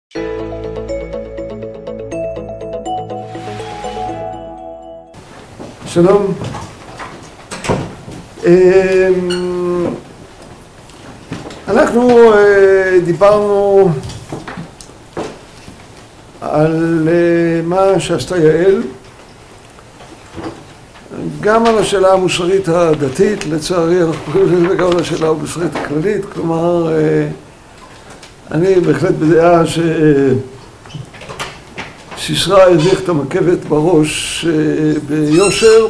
שלום. אנחנו דיברנו על מה שעשתה יעל, גם על השאלה המוסרית הדתית, לצערי אנחנו קוראים לזה, וגם על השאלה המוסרית הכללית. כלומר, אני בהחלט בדעה שסיסרא הרוויח את המקבת בראש ביושר,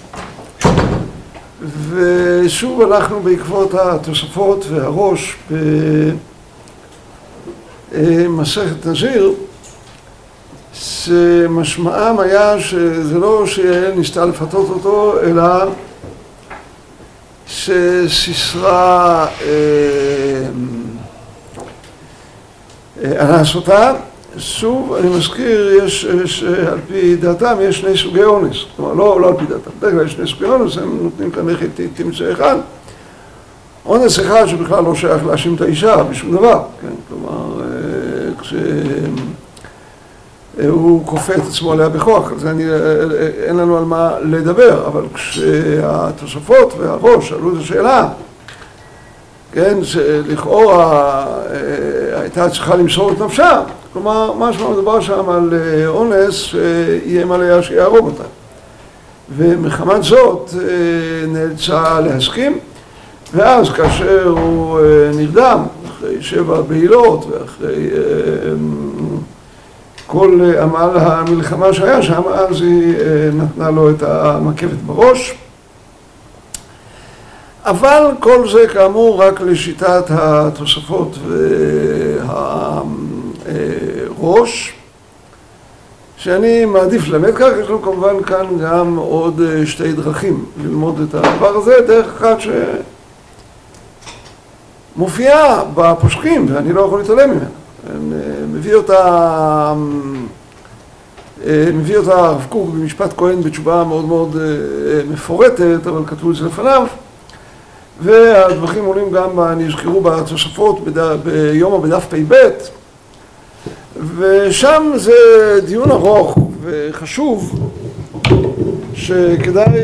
ושוב הלכנו בעקבות התוספות והראש במסכת נזיר, שמשמעם היה שזה לא שיעל ניסתה לפתות אותו, אלא שסיסרא אנס אותה. שוב, אני מזכיר, יש על פי דעתם יש שני סוגי אונס, כלומר לא על פי דעתם, בדרך כלל יש שני סוגי אונס, הם נותנים כאן איך תמצא אחד. אונס אחד שבכלל לא שייך להאשים את האישה בשום דבר, כן? כלומר, כשהוא כופה את עצמו עליה בכוח, אז אין לנו על מה לדבר, אבל כשהתוספות והראש עלו את השאלה, כן, שלכאורה הייתה צריכה למסור את נפשה, כלומר, משמע מדובר שם על אונס שאיים עליה שיהרוג אותה. ומחמת זאת נאלצה להסכים, ואז כאשר הוא נרדם, אחרי 7 בעילות ואחרי כל עמל המלחמה שהיה שם, אז היא נתנה לו את המקבת בראש. אבל כל זה כאמור רק לשיטת התוספות והראש, שאני מעדיף ללמד כך. יש לנו כמובן כאן גם עוד 2 דרכים ללמוד את הדבר הזה. דרך אחת שמופיעה בפוסקים ואני לא יכול להתעלם ממנה, מביא אותה הרב קוק במשפט כהן בתשובה מאוד מאוד מפורטת, אבל כתבו את זה לפניו, והדברים עולים גם, נזכרו בתוספות ביום או בדף פ"ב, ושם זה דיון ארוך וחשוב שכדאי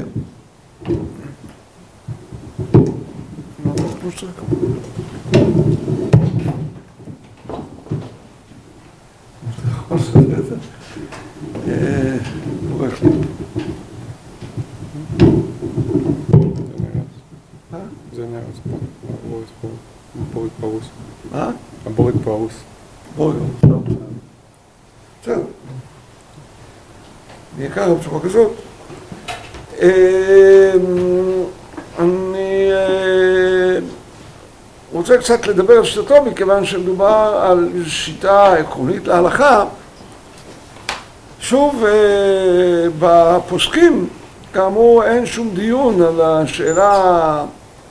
הבורג פרוס. בורג פרוס. בסדר. בעיקר בצורה כזאת. אני רוצה קצת לדבר על שיטתו, מכיוון שמדובר על שיטה עקרונית להלכה. שוב, בפוסקים, כאמור, אין שום דיון על השאלה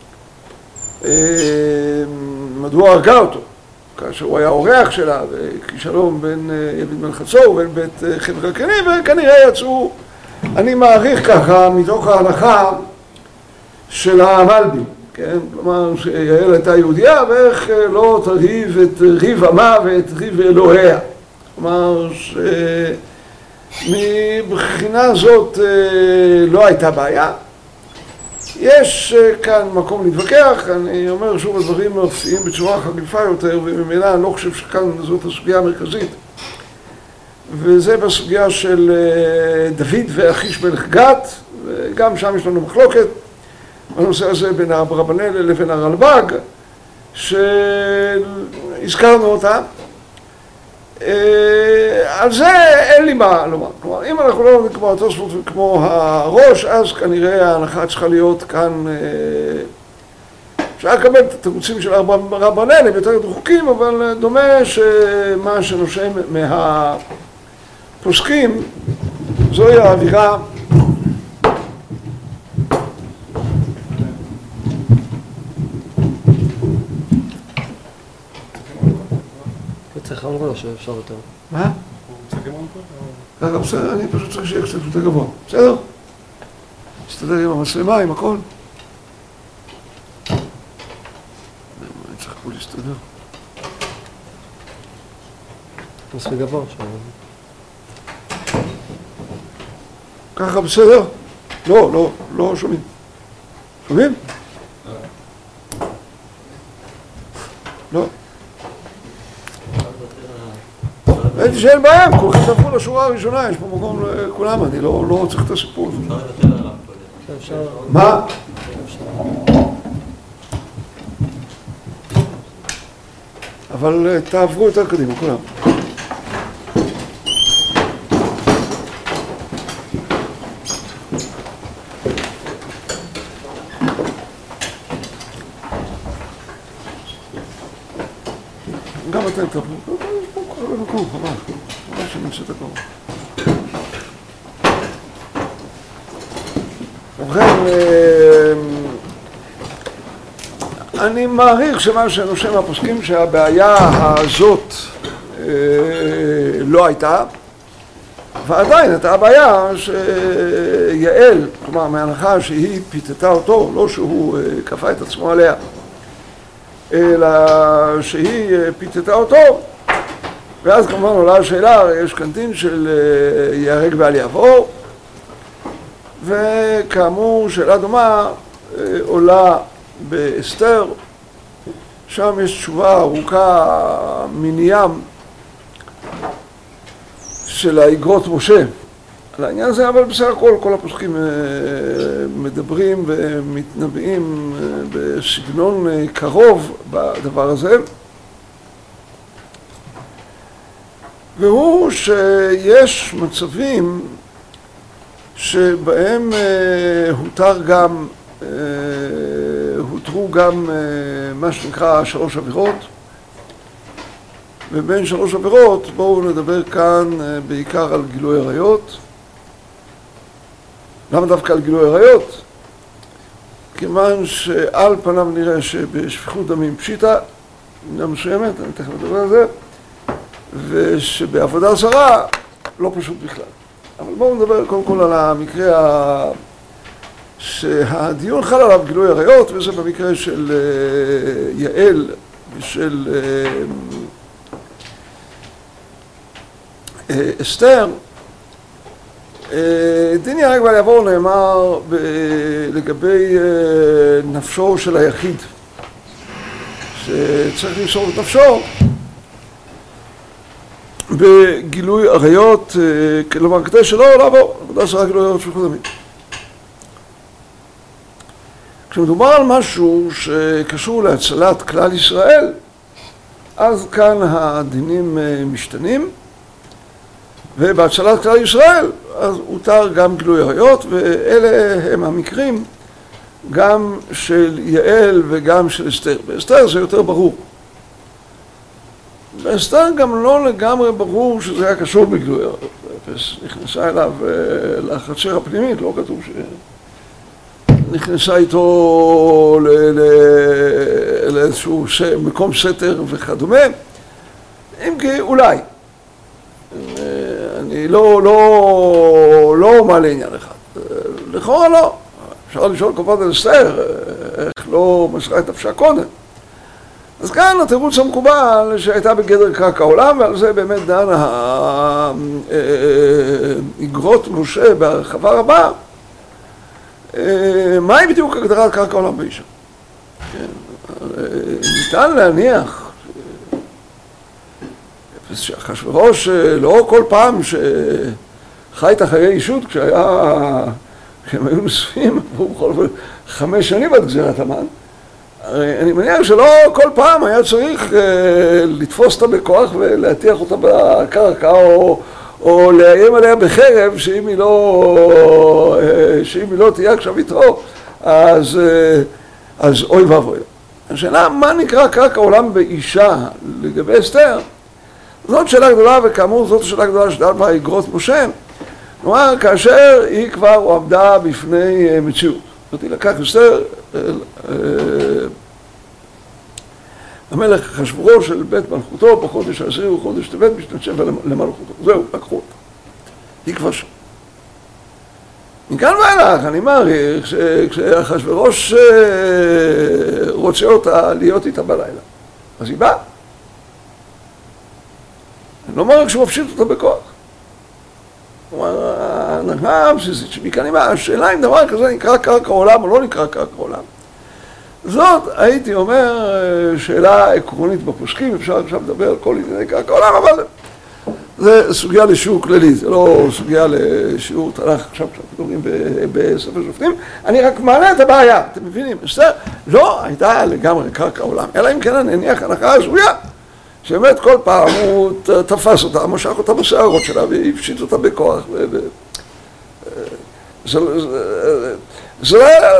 מדוע הרגה אותו, כאשר הוא היה אורח שלה, וכישלום בין יביד מלחצור ובין בית חבר הקני, וכנראה יצאו, אני מעריך ככה, מתוך ההלכה של המלבים, כן? כלומר, שיעל הייתה יהודיה, ואיך לא תרהיב את ריב עמה ואת ריב אלוהיה. כלומר, מבחינה זאת לא הייתה בעיה. יש כאן מקום להתווכח, אני אומר שוב, הדברים מופיעים בצורה חריפה יותר, וממילא אני לא חושב שכאן זאת הסוגיה המרכזית. וזה בסוגיה של דוד ואחיש מלך גת, וגם שם יש לנו מחלוקת בנושא הזה בין אברבנאל לבין הרלב"ג, שהזכרנו אותה. על זה אין לי מה לומר. כלומר, אם אנחנו לא נקבע כמו התוספות וכמו הראש, אז כנראה ההנחה צריכה להיות כאן, אפשר לקבל את התירוצים של רבנאל, הם יותר דחוקים, אבל דומה שמה שנושם מהפוסקים זוהי האווירה צריך אמרו לו שאפשר יותר. מה? ככה בסדר, אני פשוט צריך שיהיה קצת יותר גבוה. בסדר? נסתדר עם המצלמה, עם הכל. אני צריך פה להסתדר. מספיק גבוה שם. ככה בסדר? לא שומעים. שומעים? לא. הייתי שאין בעיה, כולכם תפרו לשורה הראשונה, יש פה מקום לכולם, אני לא צריך את הסיפור הזה. מה? אבל תעברו יותר קדימה, כולם. גם אתם תעברו. במקום, חבל שנמצא את הכל. ובכן, אני מעריך שמה שנושא מהפוסקים שהבעיה הזאת לא הייתה, ועדיין הייתה הבעיה שיעל, כלומר מהנחה שהיא פיתתה אותו, לא שהוא כפה את עצמו עליה, אלא שהיא פיתתה אותו, ואז כמובן עולה השאלה, יש כאן דין של ייהרג ואל יעבור, וכאמור שאלה דומה עולה באסתר, שם יש תשובה ארוכה מנים של האיגרות משה על העניין הזה, אבל בסך הכל כל הפוסקים מדברים ומתנבאים בסגנון קרוב בדבר הזה, והוא שיש מצבים שבהם הותרו גם מה שנקרא 3 עבירות, ובין 3 עבירות בואו נדבר כאן בעיקר על גילוי עריות. למה דווקא על גילוי עריות? כיוון שעל פניו נראה שבשפיכות דמים פשיטה, מידה מסוימת, אני תכף מדבר על זה, ושבעבודה זרה לא פשוט בכלל. אבל בואו נדבר קודם כל על המקרה שהדיון חל עליו גילוי עריות, וזה במקרה של יעל ושל אסתר. דין ייהרג ואל יעבור נאמר לגבי נפשו של היחיד, שצריך למסור את נפשו בגילוי עריות, כלומר כדי שלא לעבור, עבודה זרה גילוי עריות שפיכות דמים. כשמדובר על משהו שקשור להצלת כלל ישראל, אז כאן הדינים משתנים, ובהצלת כלל ישראל אז הותר גם גילוי עריות, ואלה הם המקרים גם של יעל וגם של אסתר. באסתר זה יותר ברור. באסתר גם לא לגמרי ברור שזה היה קשור בגילוי עריות. נכנסה אליו לחצר הפנימית, לא כתוב שנכנסה איתו לאיזשהו מקום סתר וכדומה, אם כי אולי. אני לא מעלה עניין אחד. לכאורה לא. אפשר לשאול כמובן על אסתר, איך לא מסרה את נפשה קודם. אז כאן התירוץ המקובל שהייתה בגדר קרקע העולם, ועל זה באמת דן איגרות משה בהרחבה רבה. מהי בדיוק הגדרת קרקע העולם באישה? ניתן להניח שאחשוורוש לא כל פעם שחי את החיי אישות כשהם היו נשואים, עברו בכל זאת 5 שנים עד גזירת המן, אני מניח שלא כל פעם היה צריך לתפוס אותה בכוח ולהטיח אותה בקרקע או לאיים עליה בחרב שאם היא לא תהיה עכשיו יתרו אז אוי ואבוי. השאלה מה נקרא קרקע עולם באישה לגבי אסתר, זאת שאלה גדולה, וכאמור זאת שאלה גדולה שדן בה איגרות משה. כלומר, כאשר היא כבר עמדה בפני מציאות. זאת אומרת, לקח אסתר, המלך אחשוורוש של בית מלכותו, בחודש העשירי וחודש טבת משתנשם למלכותו. זהו, לקחו אותה. היא כבר שם. מכאן ואילך, אני מעריך שכשאחשוורוש רוצה אותה להיות איתה בלילה, אז היא באה. אני לא אומר שהוא מפשיט אותה בכוח. כלומר, ההנחה הבסיסית שמכאן היא, השאלה אם דבר כזה נקרא קרקע עולם או לא נקרא קרקע עולם. זאת, הייתי אומר, שאלה עקרונית בפוסקים, אפשר עכשיו לדבר על כל ענייני קרקע עולם, אבל זה סוגיה לשיעור כללי, זה לא סוגיה לשיעור תנ"ך עכשיו שאנחנו מדברים בספר שופטים. אני רק מעלה את הבעיה, אתם מבינים? אסתר לא הייתה לגמרי קרקע עולם, אלא אם כן אני אניח הנחה הזויה, שבאמת כל פעם הוא תפס אותה, משך אותה בשערות שלה והפשיט אותה בכוח. זה לא היה...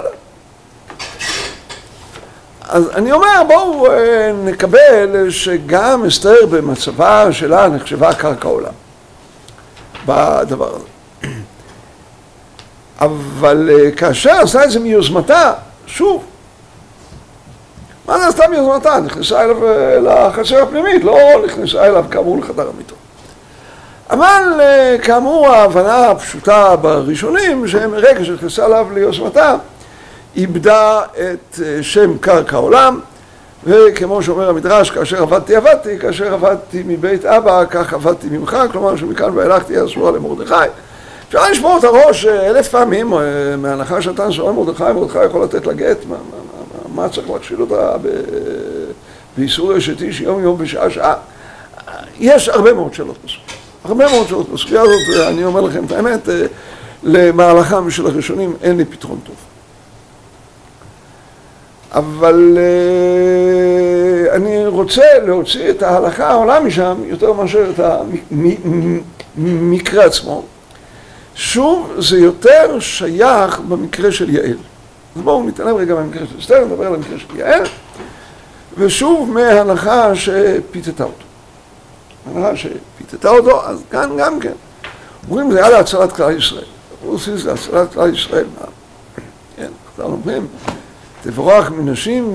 אז אני אומר, בואו נקבל שגם אסתר במצבה שלה נחשבה קרקע עולם בדבר הזה. אבל כאשר עשתה את זה מיוזמתה, שוב, מה זה עשתה מיוזמתה? נכנסה אליו לחצר הפנימית, לא נכנסה אליו כאמור לחדר המיטות. אבל כאמור ההבנה הפשוטה בראשונים, שמרגע שנכנסה אליו ליוזמתה, איבדה את שם קרקע עולם, וכמו שאומר המדרש, כאשר עבדתי עבדתי, כאשר עבדתי מבית אבא, כך עבדתי ממך, כלומר שמכאן ואילך תהיה אסורה למרדכי. אפשר לשמור את הראש 1000 פעמים, מהנחה שאתה אסורה למרדכי, מרדכי יכול לתת לה גט, מה צריך להכשיל אותה באיסור אשתי שיום יום בשעה שעה. יש הרבה מאוד שאלות בסוגיה. הרבה מאוד שאלות בסוגיה הזאת, אני אומר לכם את האמת, למהלכם של הראשונים אין לי פתרון טוב. אבל אני רוצה להוציא את ההלכה העולם משם יותר מאשר את המקרה עצמו. שוב, זה יותר שייך במקרה של יעל. אז בואו נתעלם רגע במקרה של אסתר, נדבר על המקרה של יעל, ושוב מההנחה שפיתתה אותו. ההנחה שפיתתה אותו, אז כאן גם כן. אומרים, זה היה להצלת כלל ישראל. עושים זה להצלת כלל ישראל. כן, אנחנו אומרים, תבורך מנשים,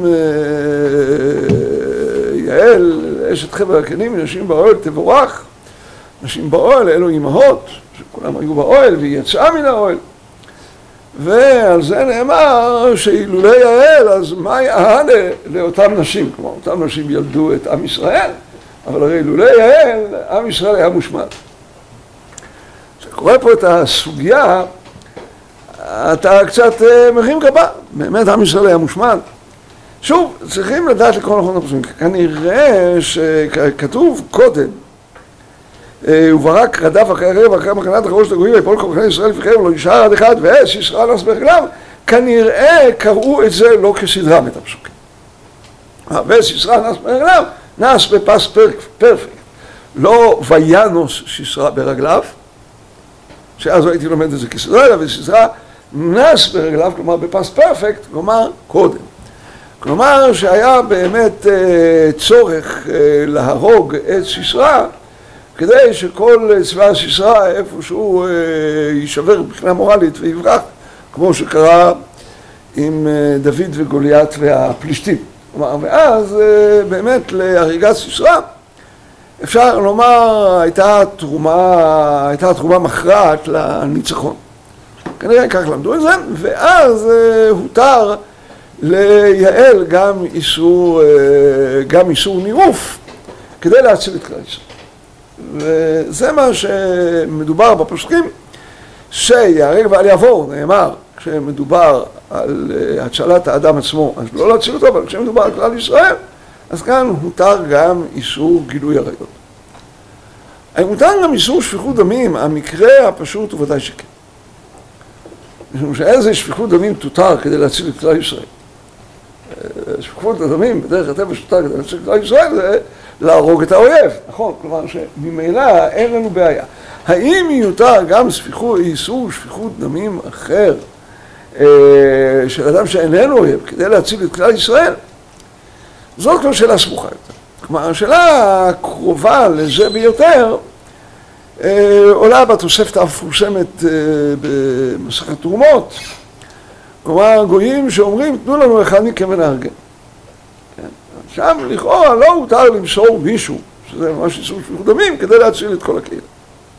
יעל, אשת חבר הקנים, מנשים באוהל תבורך, נשים באוהל, אלו אימהות, שכולם היו באוהל והיא יצאה מן האוהל. ועל זה נאמר שאילולי יעל, אז מה יעלה לאותם נשים? כלומר, אותם נשים ילדו את עם ישראל, אבל הרי אילולי יעל, עם ישראל היה מושמד. כשקורא פה את הסוגיה, אתה קצת מרים גבה, באמת עם ישראל היה מושמד. שוב, צריכים לדעת לקרוא נכון הפסוקים, כנראה שכתוב קודם, וברק רדף אחרי הרב, אחרי מחנת החרוש לגויים, ויפול כל מחנה ישראל לפניכם, ולא נשאר עד אחד, ואש ישראל נס ברגליו, כנראה קראו את זה לא כסדרם את הפסוקים. ואש ישראל נס ברגליו, נס בפס פרפקט. לא וינוס שיסרה ברגליו, שאז הייתי לומד את זה כסדרה, אלא וסדרה נס ברגליו, כלומר בפס פרפקט, כלומר קודם. כלומר שהיה באמת צורך להרוג את סיסרא, כדי שכל צבא סיסרא איפשהו יישבר מבחינה מורלית ויברח, כמו שקרה עם דוד וגוליית והפלישתים. כלומר, ואז באמת להריגת סיסרא, אפשר לומר, הייתה תרומה מכרעת לניצחון. כנראה כך למדו את זה, ואז הותר ליעל גם איסור ניאוף, כדי להציל את כלל ישראל. וזה מה שמדובר בפסוקים, שיהרג ואל יעבור, נאמר, כשמדובר על הצלת האדם עצמו, אז לא להציל אותו, אבל כשמדובר על כלל ישראל, אז כאן הותר גם איסור גילוי עריות. האם הותר גם איסור שפיכות דמים? המקרה הפשוט הוא ודאי שכן. משום שאיזה שפיכות דמים תותר כדי להציל את כלל ישראל? שפיכות הדמים בדרך הטבע שתותר כדי להציל את כלל ישראל זה להרוג את האויב, נכון? כלומר שממילא אין לנו בעיה. האם יותר גם איסור שפיכות דמים אחר של אדם שאיננו אויב כדי להציל את כלל ישראל? זאת כבר שאלה סמוכה יותר. כלומר, השאלה הקרובה לזה ביותר עולה בתוספת המפורסמת במסכת תרומות. כלומר, גויים שאומרים, תנו לנו אחד מכם ונהרגן. שם לכאורה לא הותר למסור מישהו, שזה ממש איסור שפיכות דמים, כדי להציל את כל הקהילה.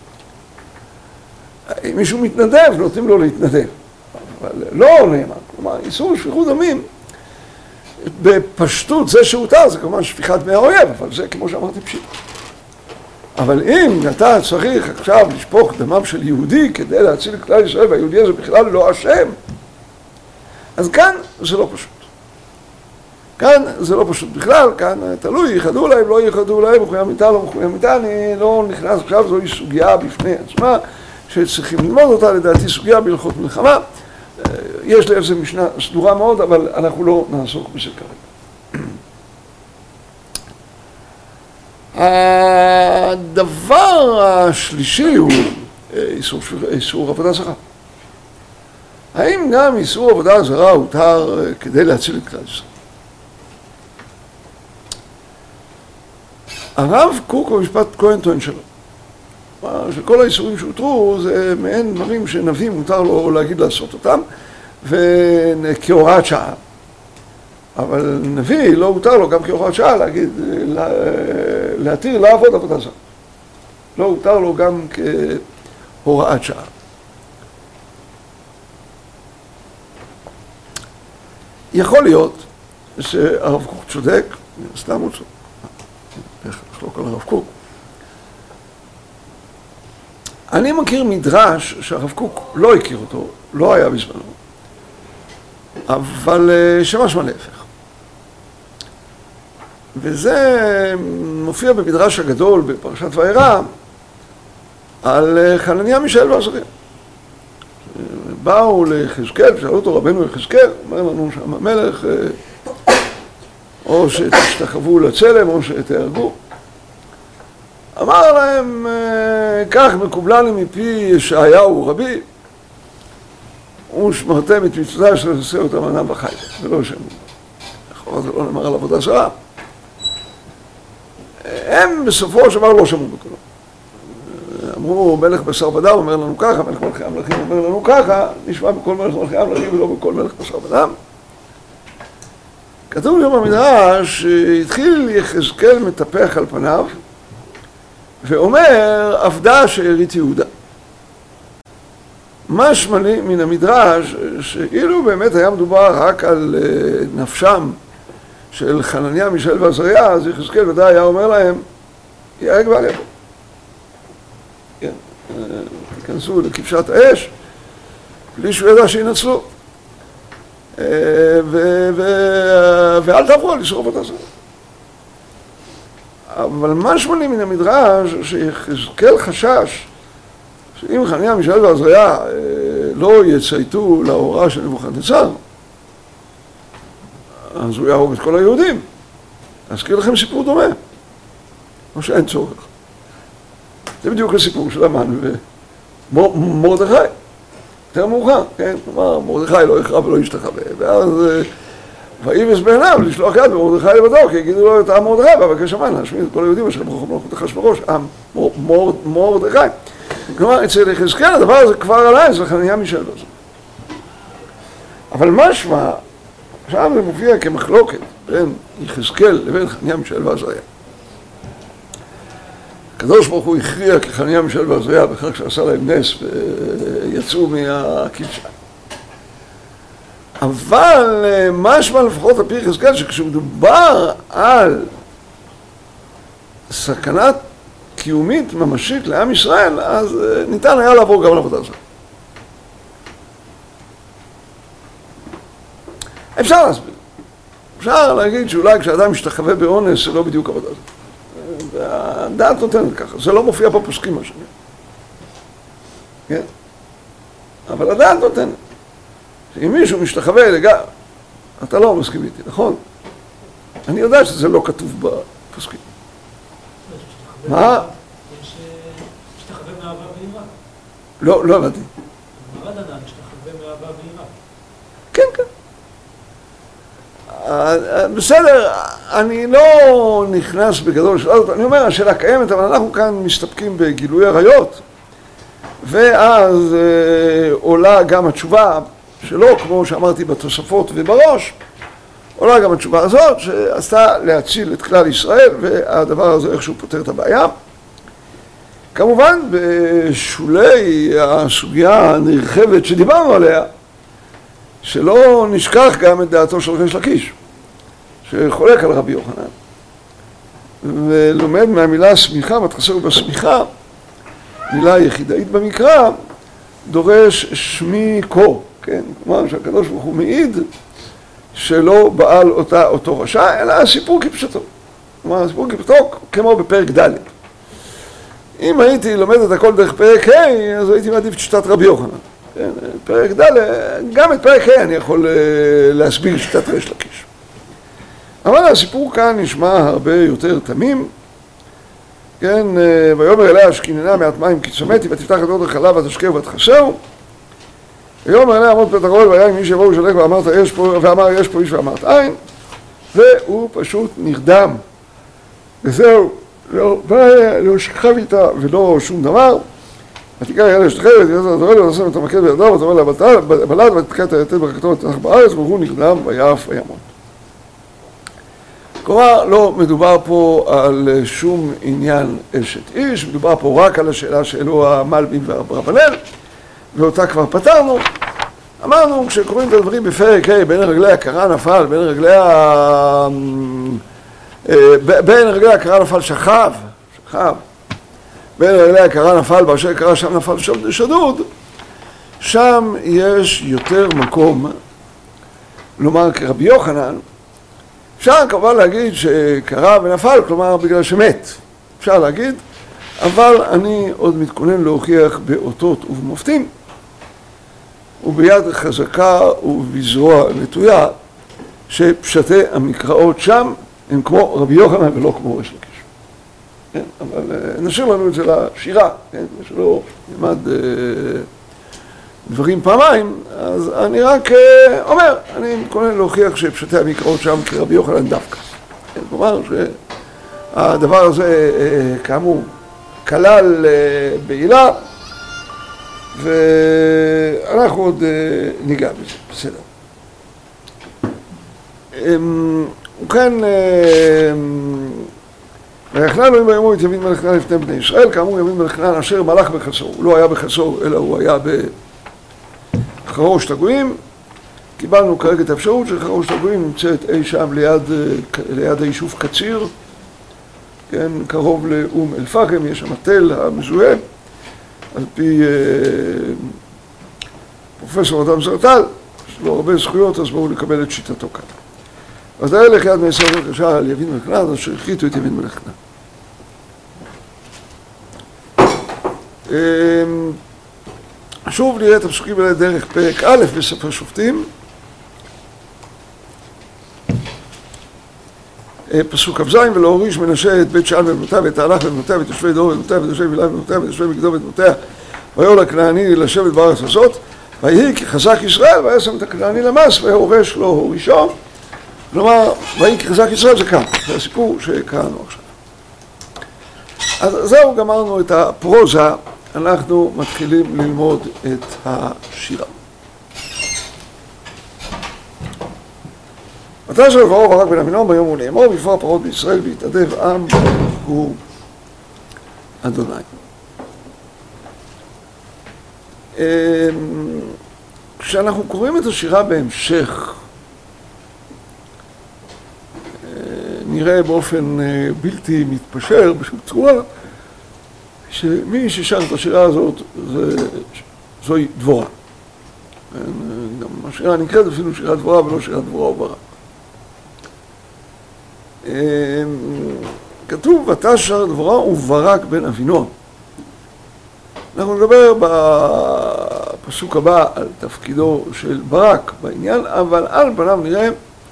אם מישהו מתנדב, נותנים לו להתנדב. אבל לא נאמר. כלומר, איסור שפיכות דמים, בפשטות זה שהותר, זה כמובן שפיכת דמי האויב, אבל זה כמו שאמרתי פשיט. אבל אם אתה צריך עכשיו לשפוך דמם של יהודי כדי להציל את כלל ישראל, והיהודי הזה בכלל לא אשם, אז כאן זה לא פשוט. כאן זה לא פשוט בכלל, כאן תלוי, ייחדו להם, לא ייחדו להם, מחויה מיתה, לא מחויה מיתה, אני לא נכנס עכשיו, זוהי סוגיה בפני עצמה, שצריכים ללמוד אותה, לדעתי סוגיה בהלכות מלחמה. יש לי איזה משנה סדורה מאוד, אבל אנחנו לא נעסוק בזה כרגע. הדבר השלישי הוא איסור עבודה זרה. האם גם איסור עבודה זרה הותר כדי להציל את כלל ישראל? הרב קוק במשפט כהן טוען שלא. שכל האיסורים שהותרו זה מעין דברים שנביא מותר לו להגיד לעשות אותם, וכהוראת שעה. אבל נביא לא הותר לו גם כהוראת שעה להגיד, להתיר לעבוד עבודה זרה. לא הותר לו גם כהוראת שעה. יכול להיות שהרב קוק צודק, סתם הוא צודק. איך לחלוק על הרב קוק. אני מכיר מדרש שהרב קוק לא הכיר אותו, לא היה בזמנו, אבל שמשמע להפך. וזה מופיע במדרש הגדול בפרשת וירא על חנניה מישאל ועזריה. באו ליחזקאל, שאלו אותו רבנו יחזקאל, אומר לנו שם המלך, או שתשתחוו לצלם או שתהרגו. אמר להם, כך מקובלה לי מפי ישעיהו רבי, ושמרתם את מצוותיי אשר תעשה אותם אדם וחי, ולא שמעו. לכאורה זה לא נאמר על עבודה זרה. הם בסופו של דבר לא שמעו בקולו. אמרו, מלך בשר ודם אומר לנו ככה, מלך מלכי המלכים אומר לנו ככה, נשמע בכל מלך מלכי המלכים ולא בכל מלך בשר ודם. כתוב לי במדרש שהתחיל יחזקאל מטפח על פניו ואומר, עבדה שארית יהודה. משמע לי מן המדרש שאילו באמת היה מדובר רק על נפשם של חנניה מישאל ועזריה, אז יחזקאל ודאי היה אומר להם, יהרג ואל יבוא. כן, תיכנסו לכבשת האש, בלי שהוא ידע שינצלו. ואל תעברו על איסור עבודה זרה. אבל משמע לי מן המדרש שיחזקאל חשש שאם חנניה מישאל ועזריה לא יצייתו להוראה של נבוכדנצר, אז הוא יהרוג את כל היהודים. אזכיר לכם סיפור דומה, או שאין צורך. זה בדיוק הסיפור של המן ומרדכי. יותר מאוחר, כן? כלומר, מרדכי לא יכרע ולא ישתחווה, ואז ויבס בעיניו לשלוח יד במרדכי לבדו, כי יגידו לו את העם מרדכי, ואבקש המן להשמיד את כל היהודים אשר ברוך מלכות אחשוורוש, עם מרדכי. כלומר, אצל יחזקאל הדבר הזה כבר עלה, אצל חנניה מישאל ועזריה. אבל משמע, עכשיו זה מופיע כמחלוקת בין יחזקאל לבין חנניה מישאל ועזריה. הקדוש ברוך הוא הכריע כחנניה מישאל ועזריה בכך שעשה להם נס ויצאו מהכבשה. אבל משמע לפחות על פי יחזקאל שכשמדובר על סכנת קיומית ממשית לעם ישראל, אז ניתן היה לעבור גם לעבודה זרה. אפשר להסביר. אפשר להגיד שאולי כשאדם משתחווה באונס זה לא בדיוק עבודה זרה. והדעת נותנת ככה, זה לא מופיע בפוסקים מה שאני. כן? אבל הדעת נותנת. שאם מישהו משתחווה לגמרי, אתה לא מסכים איתי, נכון? אני יודע שזה לא כתוב בפוסקים. מה? יש משתחווה מאהבה ויראה. לא הבנתי. מרד אדם משתחווה מאהבה ויראה. כן, כן. בסדר, אני לא נכנס בגדול לשאלה הזאת, אני אומר, השאלה קיימת, אבל אנחנו כאן מסתפקים בגילוי עריות, ואז עולה גם התשובה שלו, כמו שאמרתי בתוספות ובראש, עולה גם התשובה הזאת, שעשתה להציל את כלל ישראל, והדבר הזה איכשהו פותר את הבעיה. כמובן, בשולי הסוגיה הנרחבת שדיברנו עליה, שלא נשכח גם את דעתו של ריש לקיש, שחולק על רבי יוחנן. ולומד מהמילה סמיכה, מתחסר בסמיכה, מילה יחידאית במקרא, דורש שמי כה, כן? כלומר שהקדוש ברוך הוא מעיד שלא בעל אותו רשע, אלא הסיפור כפשוטו. כלומר הסיפור כפשוטו כמו בפרק ד'. אם הייתי לומד את הכל דרך פרק ה', אז הייתי מעדיף את שיטת רבי יוחנן. כן? פרק ד', גם את פרק ה' אני יכול להסביר שיטת ריש לקיש. אבל הסיפור כאן נשמע הרבה יותר תמים. כן, ויאמר אליה השכיננה מעט מים כי צמאתי ותפתח את עוד החלב ותשקה ותחסר. ויאמר אליה עמוד פתח אוהל ויהיה מי שיבוא ושלך ואמר יש פה איש ואמרת אין, והוא פשוט נרדם. וזהו, לא שכב איתה ולא שום דבר. ותיקח אלה אשתכם ותיקח את הדורל ותשים את המקד בידיו ותאמר לה בלד ותתקע את היתד ברכתו ותנח בארץ והוא נרדם ויעף וימות. כלומר, לא מדובר פה על שום עניין אשת איש, מדובר פה רק על השאלה שאלו המלבים והברבנאל, ואותה כבר פתרנו. אמרנו, כשקוראים את הדברים בפרק ה' בין רגלי הקרה נפל, בין רגלי הקרה נפל שכב, בין רגלי הקרה נפל, באשר קרה שם נפל שדוד, שם יש יותר מקום, לומר כרבי יוחנן, אפשר כמובן להגיד שקרה ונפל, כלומר בגלל שמת, אפשר להגיד, אבל אני עוד מתכונן להוכיח באותות ובמופתים, וביד חזקה ובזרוע נטויה, שפשטי המקראות שם הם כמו רבי יוחנן ולא כמו ריש לקיש. כן? אבל נשאיר לנו את זה לשירה, כן? שלא נלמד דברים פעמיים, אז אני רק אומר, אני מתכונן להוכיח שפשטי המקראות שם כרבי יוחנן דווקא. כן? כלומר שהדבר הזה כאמור כלל בעילה, ואנחנו עוד ניגע בזה, בסדר. וכן, ויחנה אלוהים ביומו את יבין מלך כנען לפני בני ישראל, כאמור יבין מלך כנען אשר מלך בחצור, הוא לא היה בחצור אלא הוא היה בחרושת הגויים. קיבלנו כרגע את האפשרות שחרושת הגויים נמצאת אי שם ליד היישוב קציר, כן, קרוב לאום אל פחם, יש שם התל המזוהה, על פי פרופסור אדם זרטל, יש לו הרבה זכויות, אז בואו נקבל את שיטתו כאן. אז דאי לך יד מעשר בבקשה על יבין מלך כנען, אז שהחליטו את יבין מלך כנען. שוב נראה את הפסוקים האלה דרך פרק א' בספר שופטים. פסוק כ"ז, ולא הוריש מנשה את בית שאן ובנותיה ואת תהלך ובנותיה ואת יושבי דור ובנותיה ואת יושבי וילה ובנותיה ואת יושבי מגדו ובנותיה ויולד הכנעני לשבת בארץ הזאת, ויהי כי חזק ישראל וישם את הכנעני למס והורש לו הורישו. כלומר, ויהי כי חזק ישראל זה כאן, זה הסיפור שקראנו עכשיו. אז זהו, גמרנו את הפרוזה, אנחנו מתחילים ללמוד את השירה. מתי שלברו ברק בן אבינועם ביום ולאמור בפרע פרעות בישראל והתאדב עם הוא אדוני. כשאנחנו קוראים את השירה בהמשך, נראה באופן בלתי מתפשר בשום צורה שמי ששר את השירה הזאת זוהי דבורה. גם השירה נקראת אפילו שירת דבורה ולא שירת דבורה וברק. כתוב ותשר דבורה וברק בן אבינועם. אנחנו נדבר בפסוק הבא על תפקידו של ברק בעניין, אבל על פניו נראה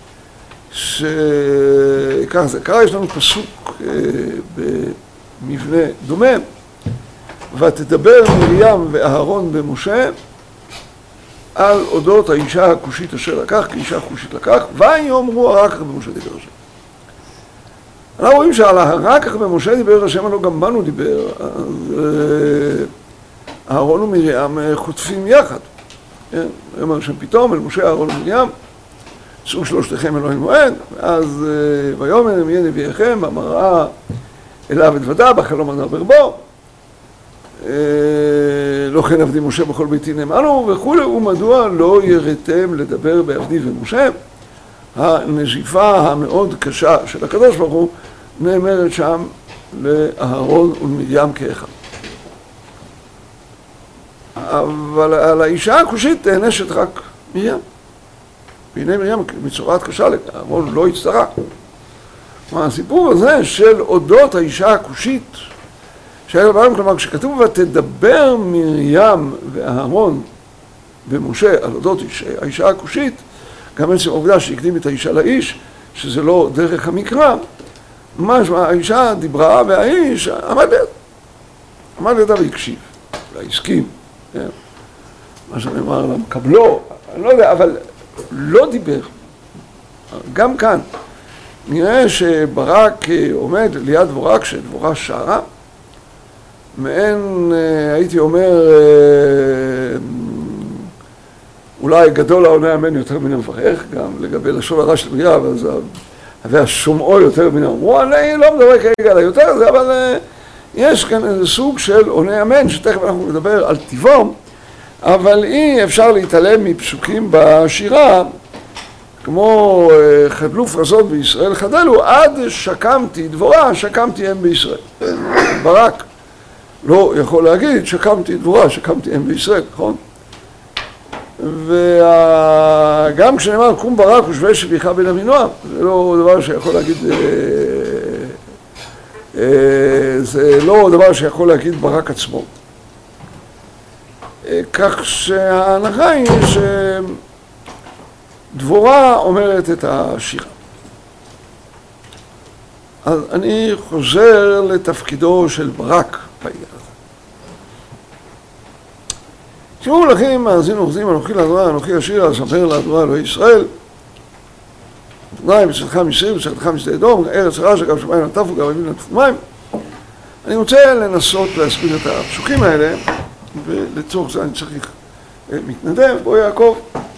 שכך זה קרה. יש לנו פסוק במבנה דומה, ותדבר מרים ואהרון במשה על אודות האישה הכושית אשר לקח, כי אישה כושית לקח, ויאמרו הרע כך במשה דיבר השם. אנחנו רואים שעל הרע כך במשה דיבר השם, הלא גם בנו דיבר, אז אהרון ומרים חוטפים יחד. אומר השם פתאום אל משה אהרון ומרים, צאו שלושתכם אלוהים מועד, אז ויאמר אם יהיה נביאכם, אמרה אליו אתוודה, בחלום אדבר בו, לא כן עבדי משה בכל ביתי נאמנו וכולי, ומדוע לא יראתם לדבר בעבדי ומשה. הנזיפה המאוד קשה של הקדוש ברוך הוא נאמרת שם לאהרון ולמרים כאחד. אבל על האישה הכושית נענשת רק מרים. והנה מרים מצורעת קשה, אהרון לא הצטרק. הסיפור הזה של אודות האישה הכושית, כלומר כשכתוב ותדבר מרים ואהרון ומשה על אודות האישה הכושית, גם עצם העובדה שהקדים את האישה לאיש, שזה לא דרך המקרא, משמע האישה דיברה והאיש עמד לידה והקשיב, אולי הסכים, מה שאני אומר עליו, קבלו, אני לא יודע, אבל לא דיבר. גם כאן נראה שברק עומד ליד דבורה כשדבורה שרה, מעין, הייתי אומר, אולי גדול העונה אמן יותר מן המברך, גם לגבי לשון הרע של מרים, אז והשומעו יותר מן אמרו, אני לא מדבר כרגע על היותר הזה, אבל יש כאן איזה סוג של עונה אמן, שתכף אנחנו נדבר על טיבו, אבל אי אפשר להתעלם מפסוקים בשירה, כמו חדלו פרזות בישראל חדלו, עד שקמתי דבורה, שקמתי אם בישראל. ברק לא יכול להגיד, שקמתי דבורה, שקמתי אם בישראל, נכון? וגם כשנאמר קום ברק ושווה שביחה בין אבינועם, זה לא דבר שיכול להגיד, זה לא דבר שיכול להגיד ברק עצמו. כך שההנחה היא שדבורה אומרת את השירה. אז אני חוזר לתפקידו של ברק בעניין הזה. תראו לכם, מאזינו אוחזים, אנוכי לאדוני, אנוכי השיר, אספר לאדוני אלוהי ישראל. אדוני בצאתך מסעיר, בצאתך משדה אדום, ארץ רעש, אגב שמיים נטפו, גם ימים נטפו מים. אני רוצה לנסות להסביר את הפסוקים האלה, ולצורך זה אני צריך מתנדב. בוא יעקב.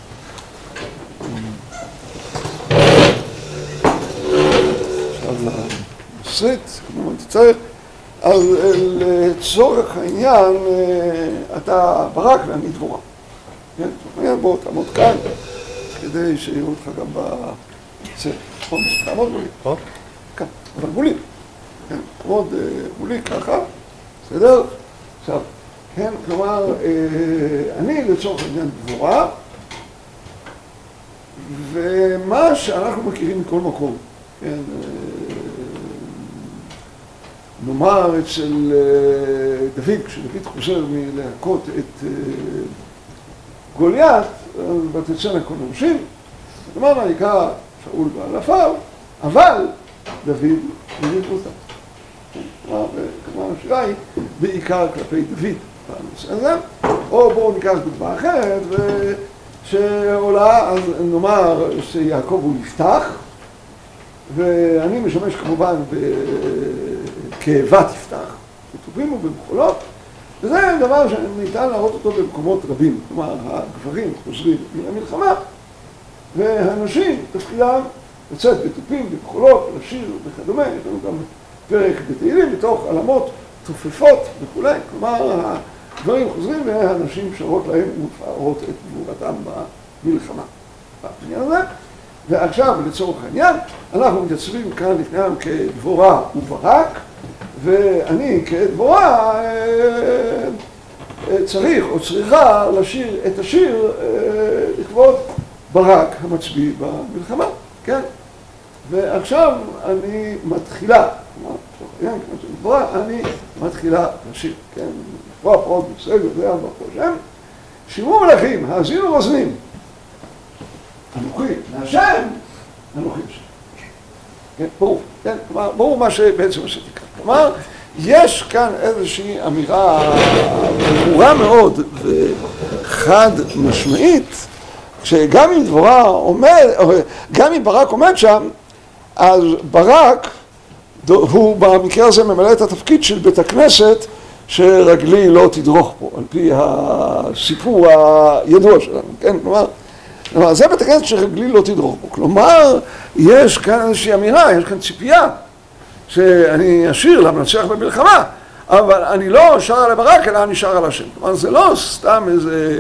עכשיו למסריט, כמובן תצטרך. אז לצורך העניין, אתה ברק ואני דבורה. בוא תעמוד כאן, כדי שיראו אותך גם בצל. תעמוד מולי. כאן, אבל מולי. תעמוד מולי ככה, בסדר? עכשיו, כן, כלומר, אני לצורך העניין דבורה, ומה שאנחנו מכירים מכל מקום, כן, נאמר אצל דוד, כשדוד חוזר מלהכות את גוליית, ותצאנה כל אנשים, כלומר, נקרא שאול באלפיו, אבל דוד מביא אותם. כלומר, השירה היא בעיקר כלפי דוד בנושא הזה, או בואו ניקח דוגמה אחרת, שעולה, אז נאמר שיעקב הוא יפתח, ואני משמש כמובן כבת יפתח, בתופים ובמחולות, וזה דבר שניתן להראות אותו במקומות רבים. כלומר, הגברים חוזרים מן המלחמה, והנשים תפקידם לצאת בתופים, במחולות, לשיר וכדומה. יש לנו גם פרק בתהילים בתוך עלמות תופפות וכו'. כלומר, הגברים חוזרים והנשים שרות להם ומפארות את גבורתם במלחמה. בעניין הזה. ועכשיו, לצורך העניין, אנחנו מתייצבים כאן לפניהם כדבורה וברק, ואני כדבורה צריך או צריכה לשיר את השיר לכבוד ברק המצביא במלחמה, כן? ועכשיו אני מתחילה, דבורה, אני מתחילה לשיר, כן? דבורה פרעות בישראל יודע ברוך השם, שימו מלכים, האזינו רוזנים, אנוכי מהשם, אנוכי השם. כן, ברור, כן, כלומר, ברור מה שבעצם עשיתי כאן. כלומר, יש כאן איזושהי אמירה ברורה מאוד וחד משמעית, שגם אם דבורה עומד, גם אם ברק עומד שם, אז ברק, הוא במקרה הזה ממלא את התפקיד של בית הכנסת, שרגלי לא תדרוך פה, על פי הסיפור הידוע שלנו, כן, כלומר, זה בית הכנסת שרגלי לא תדרוך בו. כלומר, יש כאן איזושהי אמירה, יש כאן ציפייה שאני אשיר למנצח במלחמה, אבל אני לא שר על הברק, אלא אני שר על השם. כלומר, זה לא סתם איזה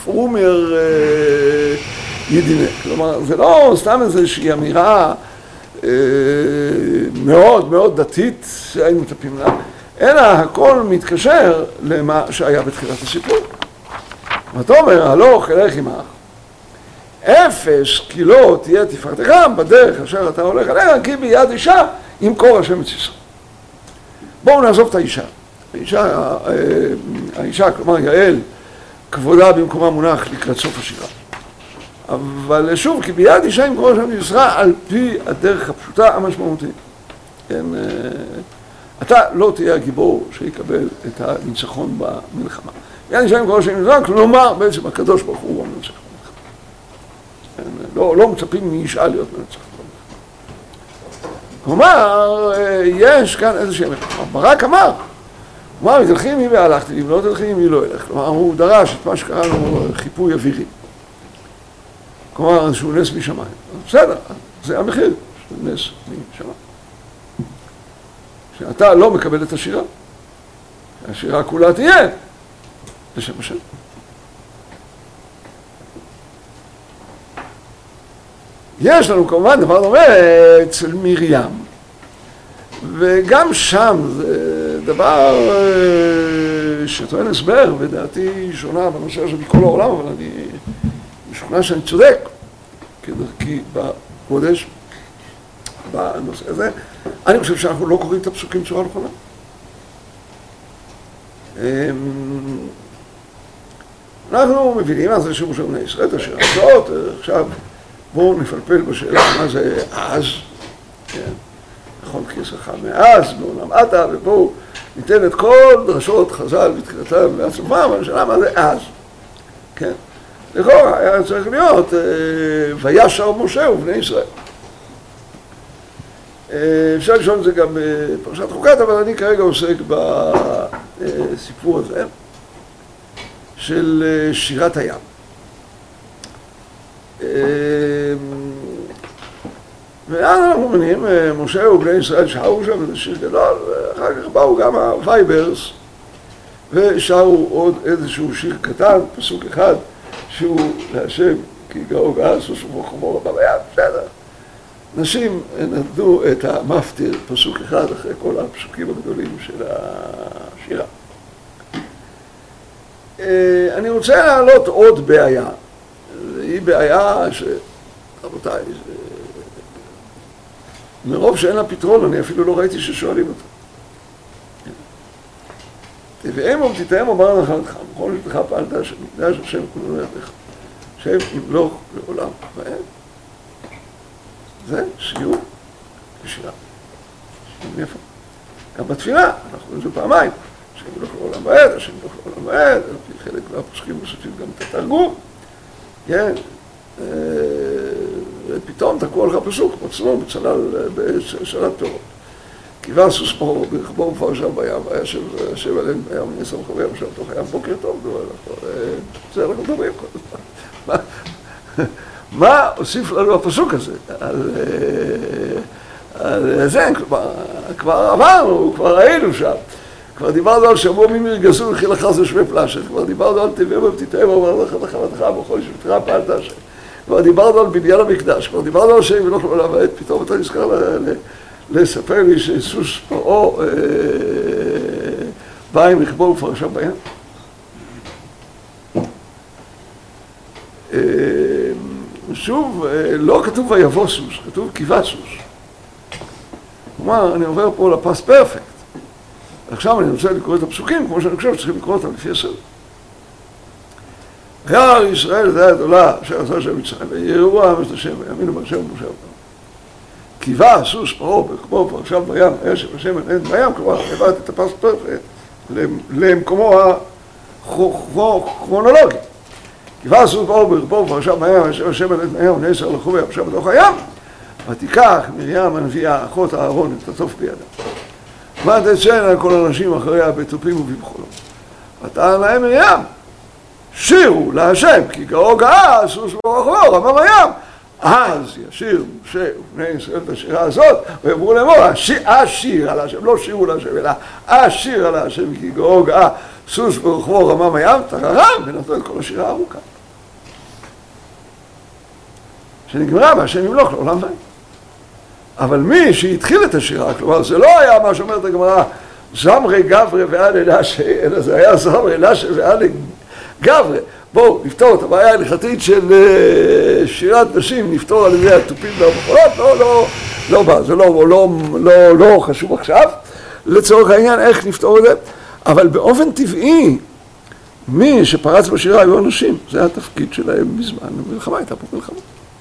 פרומר ידינה. כלומר, זה לא סתם איזושהי אמירה מאוד מאוד דתית שהיינו מצפים לה, אלא הכל מתקשר למה שהיה בתחילת הסיפור. ותאמר הלוך אלך עמך, אפס כי לא תהיה תפארתך בדרך אשר אתה הולך עליה, כי ביד אישה ימכור השם את ישראל. בואו נעזוב את האישה. האישה, כלומר יעל, כבודה במקומה מונח לקראת סוף השירה. אבל שוב, כי ביד אישה ימכור השם את ישראל על פי הדרך הפשוטה המשמעותית. כן, אתה לא תהיה הגיבור שיקבל את הניצחון במלחמה. ביד אישה ימכור השם את ישראל, כלומר בעצם הקדוש ברוך הוא המנצח במלחמה. לא מצפים מאישה להיות מנצח. כלומר, יש כאן איזושהי מלחמה. ברק אמר, תלכי עמי והלכתי, אם לא תלכי עמי לא אלך. כלומר, הוא דרש את מה שקראנו חיפוי אווירי. כלומר, איזשהו נס משמיים. בסדר, זה המחיר של נס משמיים. שאתה לא מקבל את השירה, השירה כולה תהיה לשם השם. יש לנו כמובן דבר דומה אצל מרים, וגם שם זה דבר שטוען הסבר, ודעתי שונה בנושא הזה מכל העולם, אבל אני משוכנע שאני צודק, כדרכי בקודש, בנושא הזה. אני חושב שאנחנו לא קוראים את הפסוקים בצורה נכונה. אנחנו מבינים מה זה שימוש של בני ישראל, את השאלה הזאת, עכשיו בואו נפלפל בשאלה מה זה אז, נכון כסך מאז, בעולם עתה, ובואו ניתן את כל דרשות חז"ל בתחילתם ועצמם, אבל השאלה מה זה אז, כן? לכאורה היה צריך להיות וישר משה ובני ישראל. אפשר לשאול את זה גם בפרשת חוקת, אבל אני כרגע עוסק בסיפור הזה של שירת הים. ואז אנחנו מבינים, משה ובני ישראל שרו שם איזה שיר גדול, ואחר כך באו גם הווייברס ושרו עוד איזשהו שיר קטן, פסוק אחד, שהוא להשם כי גאו גאה סוס ובחמור הבא בים, בסדר. נשים נתנו את המפטיר, פסוק אחד, אחרי כל הפסוקים הגדולים של השירה. אני רוצה להעלות עוד בעיה. היא בעיה רבותיי, מרוב שאין לה פתרון, אני אפילו לא ראיתי ששואלים אותה. תביאם ותתאם אומר לך לך, בכל שתך פעלת השם, מקדש השם כולו ידיך. השם ימלוך לעולם ועד. זה שיעור בשירה. מאיפה? גם בתפילה, אנחנו רואים זה פעמיים. השם ימלוך לעולם ועד, השם ימלוך לעולם ועד, על פי חלק מהפוסקים מוסיפים גם את התרגום. כן, ופתאום תקעו לך פסוק, מצלום בשלט פירות. קיווה סוס פרעה ברכבו ופרשם בים, והיה השם עליהם בים, נסם חבר שם תוך הים, בוקר טוב, זה אנחנו מדברים כל הזמן. מה הוסיף לנו הפסוק הזה? על זה, כבר עברנו, כבר היינו שם. כבר דיברנו על שבוע ממיר גסו וכי לך זה שמי פלשת, כבר דיברנו על תביאם ותתאם ואומר לך לחמתך בכל שבתך פעלת השם. כבר דיברנו על בניין המקדש, כבר דיברנו על שם ולא לעולם ועד, פתאום אתה נזכר לספר לי שסוס פרעה בא עם רכבו ופרשם בים. שוב, לא כתוב ויבוא סוס, כתוב קיווה סוס. כלומר, אני עובר פה לפס פרפקט. עכשיו אני רוצה לקרוא את הפסוקים כמו שאני חושב שצריכים לקרוא אותם לפי הסדר. וירא ישראל את היד עולה אשר עשה השם מצרים ויראו העם את השם ויאמינו בהשם ומשה אותם. קיווה סוס פרעה ברכבו ופרשם בים היה שם השם עליהם בים, כלומר הבאתי את הפס פרפקט למקומו הכרונולוגי. קיווה סוס פרעה ברכבו ופרשם בים היה שם השם עליהם בים ונעשר הלכו ויבשה בתוך הים, ותיקח מרים הנביאה אחות אהרון את התוף בידה. ותצאנה כל האנשים אחריה בתופים ובמחולות. ותען להם מרים, שירו להשם, כי גאו גאה, סוס ורחבו, רמה בים. אז ישיר משה ובני ישראל את השירה הזאת, ויאמרו לאמור, אשיר על השם, לא שירו להשם, אלא אשיר על השם, כי גאו גאה, סוס ורחבו, רמה בים, תררם, ונתנו את כל השירה הארוכה. שנגמרה, והשם ימלוך לעולם ועד. אבל מי שהתחיל את השירה, כלומר זה לא היה מה שאומרת הגמרא, זמרי גברי ועד אלשי, אלא זה היה זמרי אלשי ועד גברי. בואו נפתור את הבעיה ההלכתית של שירת נשים, נפתור על ידי התופים והמחולות, לא בא, זה לא חשוב עכשיו. לצורך העניין איך נפתור את זה, אבל באופן טבעי, מי שפרץ בשירה היו אנשים, זה התפקיד שלהם בזמן המלחמה, הייתה פה מלחמה.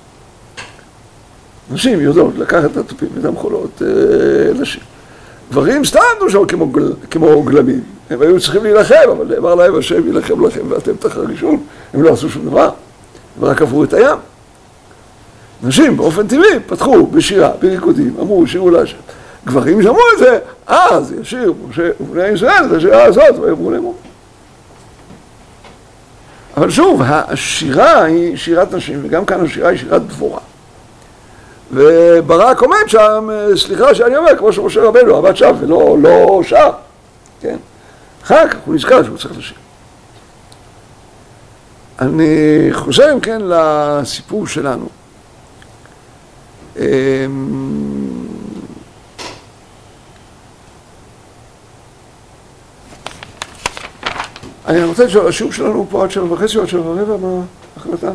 נשים יודעות לקחת את התופים ואת המחולות לשיר. גברים סתם שם כמו גלמים, הם היו צריכים להילחם, אבל נאמר להם השם ילחם לכם ואתם תחרישון, הם לא עשו שום דבר, הם רק עברו את הים. נשים באופן טבעי פתחו בשירה, בריקודים, אמרו שירו להשם. גברים שמעו את זה, אז ישיר משה ובני ישראל את השירה הזאת ויאמרו לאמור. אבל שוב, השירה היא שירת נשים, וגם כאן השירה היא שירת דבורה. וברק עומד שם, סליחה שאני אומר, כמו שמשה רבנו עבד שם ולא שר, כן? אחר כך הוא נזכר שהוא צריך לשיר. אני חוזר אם כן לסיפור שלנו. אני רוצה לשאול, השיעור שלנו פה עד 7:30 או עד 7:15, מה ההחלטה?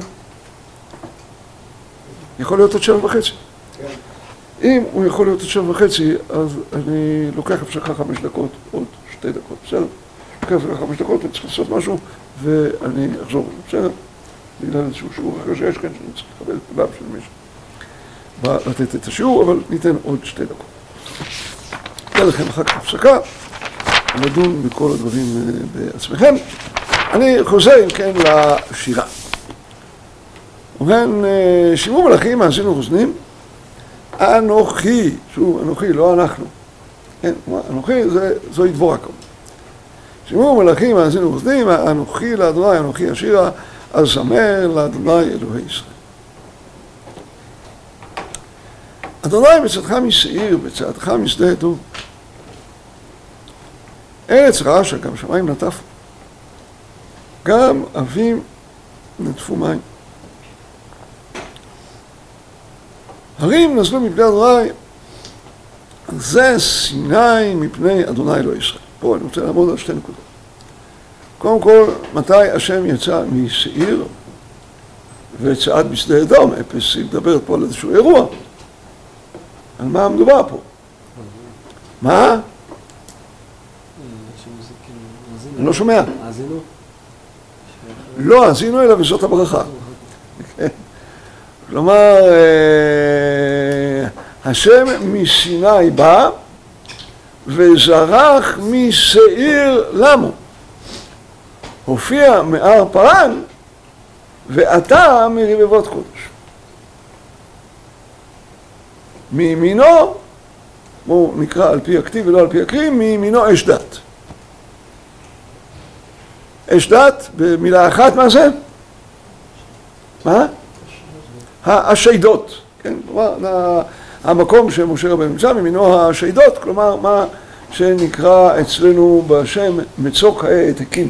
יכול להיות עד 7:30. כן. אם הוא יכול להיות עד 7:30, אז אני לוקח הפסקה 5 דקות, עוד 2 דקות, בסדר? לוקח הפסקה 5 דקות, אני צריך לעשות משהו, ואני אחזור, בסדר? בגלל איזשהו שיעור אחר שיש כאן, שאני צריך לקבל את פניו של מישהו. בא לתת את השיעור, אבל ניתן עוד 2 דקות. נתן לכם אחר כך הפסקה, לדון בכל הדברים בעצמכם. אני חוזר, אם כן, לשירה. ובכן, שמעו מלאכים, האזינו אוזנים, אנוכי, שוב, אנוכי, לא אנחנו. כן, אנוכי זוהי דבורה כמובן. שמעו מלאכים, האזינו אוזנים, אנוכי לאדוני, אנוכי השירה, הזמר לאדוני אלוהי ישראל. אדוני בצאתך משעיר, בצאתך משדה אדום. ארץ רעשה, גם שמיים נטפו. גם אבים נטפו מים. הרים נזלו מפני אדוני, זה סיני מפני אדוני אלוהי ישראל. פה אני רוצה לעמוד על 2 נקודות. קודם כל, מתי השם יצא משעיר וצעד בשדה אדום? אפס מדברת פה על איזשהו אירוע. על מה מדובר פה? מה? אני לא שומע. האזינו? לא, האזינו אלא וזאת הברכה. כלומר, השם מסיני בא וזרח משעיר למו. הופיע מהר פרן ועתה מרבבות קודש. מימינו, בואו נקרא על פי הכתיב ולא על פי הקריא, מימינו אש דת. אש דת, במילה אחת מה זה? מה? השיידות, כן? כלומר, המקום שמשה רבנו נמצא, מימינו השיידות, כלומר, מה שנקרא אצלנו בשם מצוק העתקים.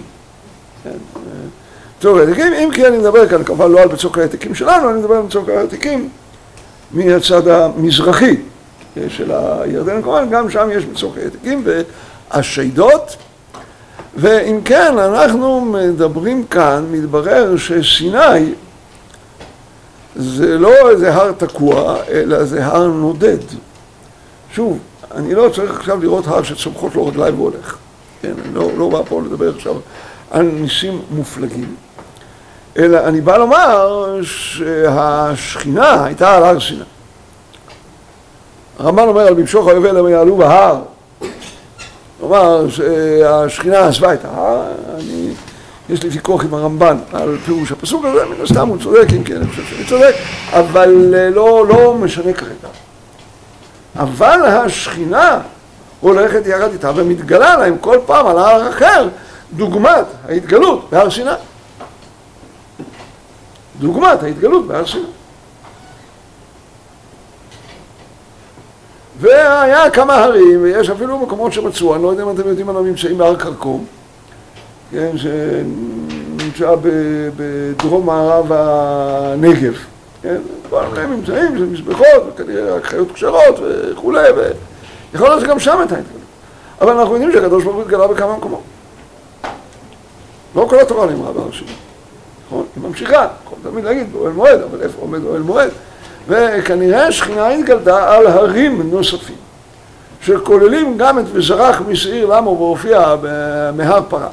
מצוק העתקים, אם כי אני מדבר כאן, כמובן לא על מצוק העתקים שלנו, אני מדבר על מצוק העתקים מהצד המזרחי של הירדן, כמובן, גם שם יש מצוק העתקים והשיידות. ואם כן, אנחנו מדברים כאן, מתברר שסיני זה לא איזה הר תקוע, אלא זה הר נודד. שוב, אני לא צריך עכשיו לראות הר שצומחות לו רגליים והולך. כן, אני לא בא פה לדבר עכשיו על ניסים מופלגים. אלא אני בא לומר שהשכינה הייתה על הר סיני. הרמב"ן אומר על במשוך היובל הם יעלו בהר. כלומר שהשכינה עזבה את ההר, יש לי ויכוח עם הרמב"ן על פירוש הפסוק הזה, מן הסתם הוא צודק, אם כן אני חושב שאני צודק, אבל לא משנה כרגע. אבל השכינה הולכת יחד איתה ומתגלה להם כל פעם על הר אחר, דוגמת ההתגלות בהר סיני. דוגמת ההתגלות בהר סיני. והיה כמה הרים, ויש אפילו מקומות שמצאו, אני לא יודע אם אתם יודעים על נמצאים בהר כרכום, כן, שנמצא בדרום מערב הנגב, כן? כל מיני ממצאים של מזבחות, וכנראה רק חיות כשרות וכולי, ויכול להיות שגם שם הייתה התגלות. אבל אנחנו יודעים שהקדוש ברוך הוא התגלה בכמה מקומות. לא כל התורה נאמרה בהר סיני. נכון? היא ממשיכה, יכול תמיד להגיד באוהל מועד, אבל איפה עומד אוהל מועד? וכנראה שכינה התגלתה על הרים נוספים, שכוללים גם את וזרח משעיר למה והופיע מהר פרה.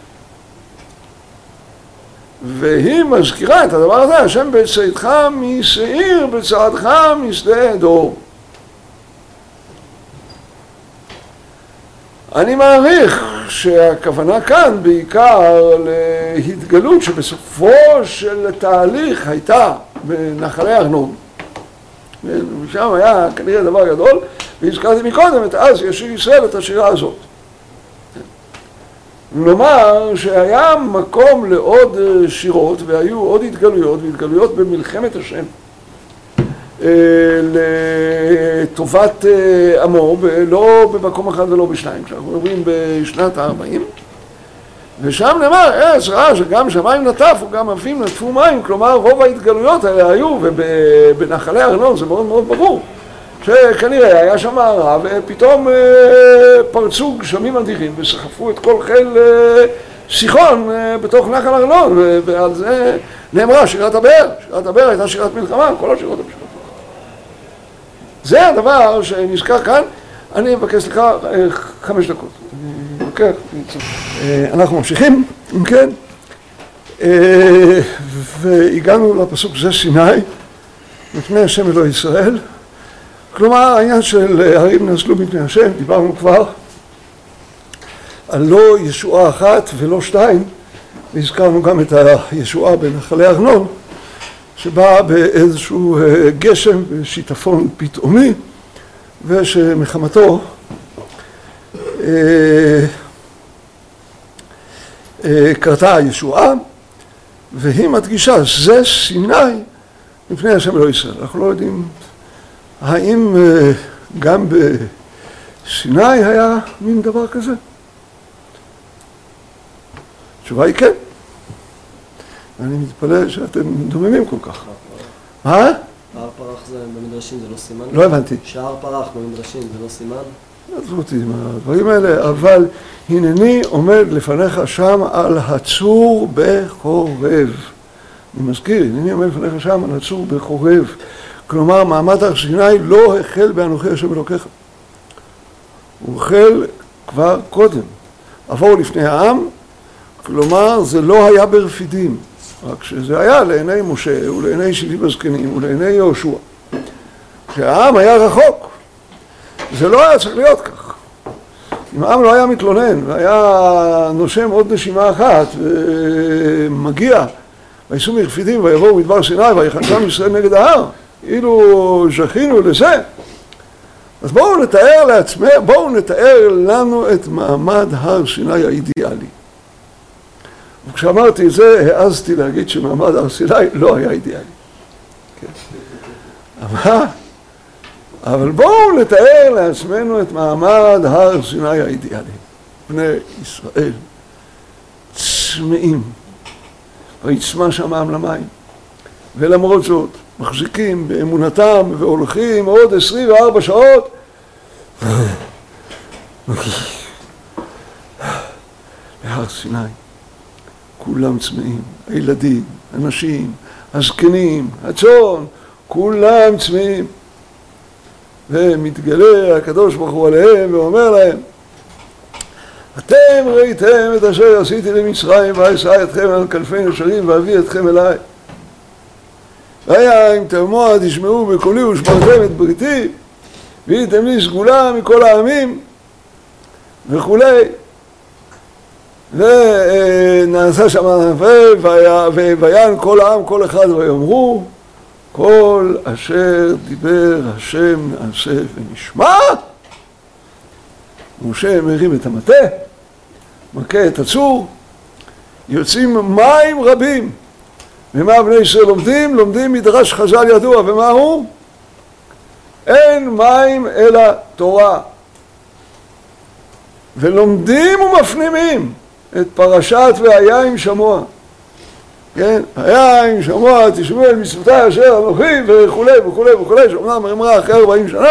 והיא מזכירה את הדבר הזה, השם בצאתך משעיר, בצעדך משדה דור. אני מעריך שהכוונה כאן בעיקר להתגלות שבסופו של תהליך הייתה בנחלי ארנון. ושם היה כנראה דבר גדול, והזכרתי מקודם את אז ישיר ישראל את השירה הזאת. נאמר שהיה מקום לעוד שירות והיו עוד התגלויות, והתגלויות במלחמת השם לטובת עמו, לא במקום אחד ולא בשניים, כשאנחנו מדברים בשנת ה-40, ושם נאמר ארץ רעה שגם שמיים נטפו, גם אבים נטפו מים, כלומר רוב ההתגלויות האלה היו, ובנחלי ארנון זה מאוד מאוד ברור, שכנראה היה שם מערה ופתאום פרצו גשמים אדירים וסחפו את כל חיל סיחון בתוך נחל ארנון, ועל זה נאמרה שירת הבאר. שירת הבאר הייתה שירת מלחמה, כל השירות המשפטות. זה הדבר שנזכר כאן. אני מבקש לך 5 דקות. אוקיי, אנחנו ממשיכים, אם כן, והגענו לפסוק זה סיני, מפני השם אלוהי ישראל. כלומר, העניין של הרים נזלו מפני השם, דיברנו כבר על לא ישועה אחת ולא 2, והזכרנו גם את הישועה בנחלי ארנון, שבאה באיזשהו גשם ושיטפון פתאומי, ושמחמתו קרתה הישועה, והיא מדגישה, זה סיני מפני השם אלוהי ישראל. אנחנו לא יודעים האם גם בסיני היה מין דבר כזה? התשובה היא כן. אני מתפלא שאתם דוממים כל כך. מה? הר פרח זה במדרשים, זה לא סימן? לא הבנתי. שהר פרח במדרשים זה לא סימן? עזבו אותי עם הדברים האלה, אבל הנני עומד לפניך שם על הצור בחורב. אני מזכיר, הנני עומד לפניך שם על הצור בחורב. כלומר, מעמד הר סיני לא החל באנוכי השם אלוקיך. הוא החל כבר קודם. עבור לפני העם, כלומר, זה לא היה ברפידים, רק שזה היה לעיני משה ולעיני 70 הזקנים ולעיני יהושע. כשהעם היה רחוק, זה לא היה צריך להיות כך. אם העם לא היה מתלונן והיה נושם עוד נשימה אחת ומגיע, ויסעו מרפידים ויבואו מדבר סיני ויחנצם ישראל נגד ההר, אילו זכינו לזה, אז בואו נתאר לנו את מעמד הר סיני האידיאלי. וכשאמרתי את זה, העזתי להגיד שמעמד הר סיני לא היה אידיאלי. אבל בואו נתאר לעצמנו את מעמד הר סיני האידיאלי. בני ישראל צמאים, ויצמא שמם למים, ולמרות זאת מחזיקים באמונתם והולכים עוד 24 שעות להר סיני. כולם צמאים, הילדים, הנשים, הזקנים, הצאן, כולם צמאים. ומתגלה הקדוש ברוך הוא עליהם ואומר להם, אתם ראיתם את אשר עשיתי למצרים ואשא אתכם על כנפי נשרים ואביא אתכם אליי. והיה אם תשמעו תשמעו בקולי ושמרתם את בריתי והייתם לי סגולה מכל העמים וכולי. ונעשה שם ויען כל העם כל אחד ויאמרו כל אשר דיבר השם נעשה ונשמע. משה מרים את המטה, מכה את הצור, יוצאים מים רבים. ומה בני ישראל לומדים? לומדים מדרש חז"ל ידוע, ומה הוא? אין מים אלא תורה. ולומדים ומפנימים את פרשת והיה עם שמוע. כן? היה אם שמוע תשמעו אל מצוותי אשר אנוכי וכולי וכולי וכולי, שאומנם אמרה אחרי 40 שנה,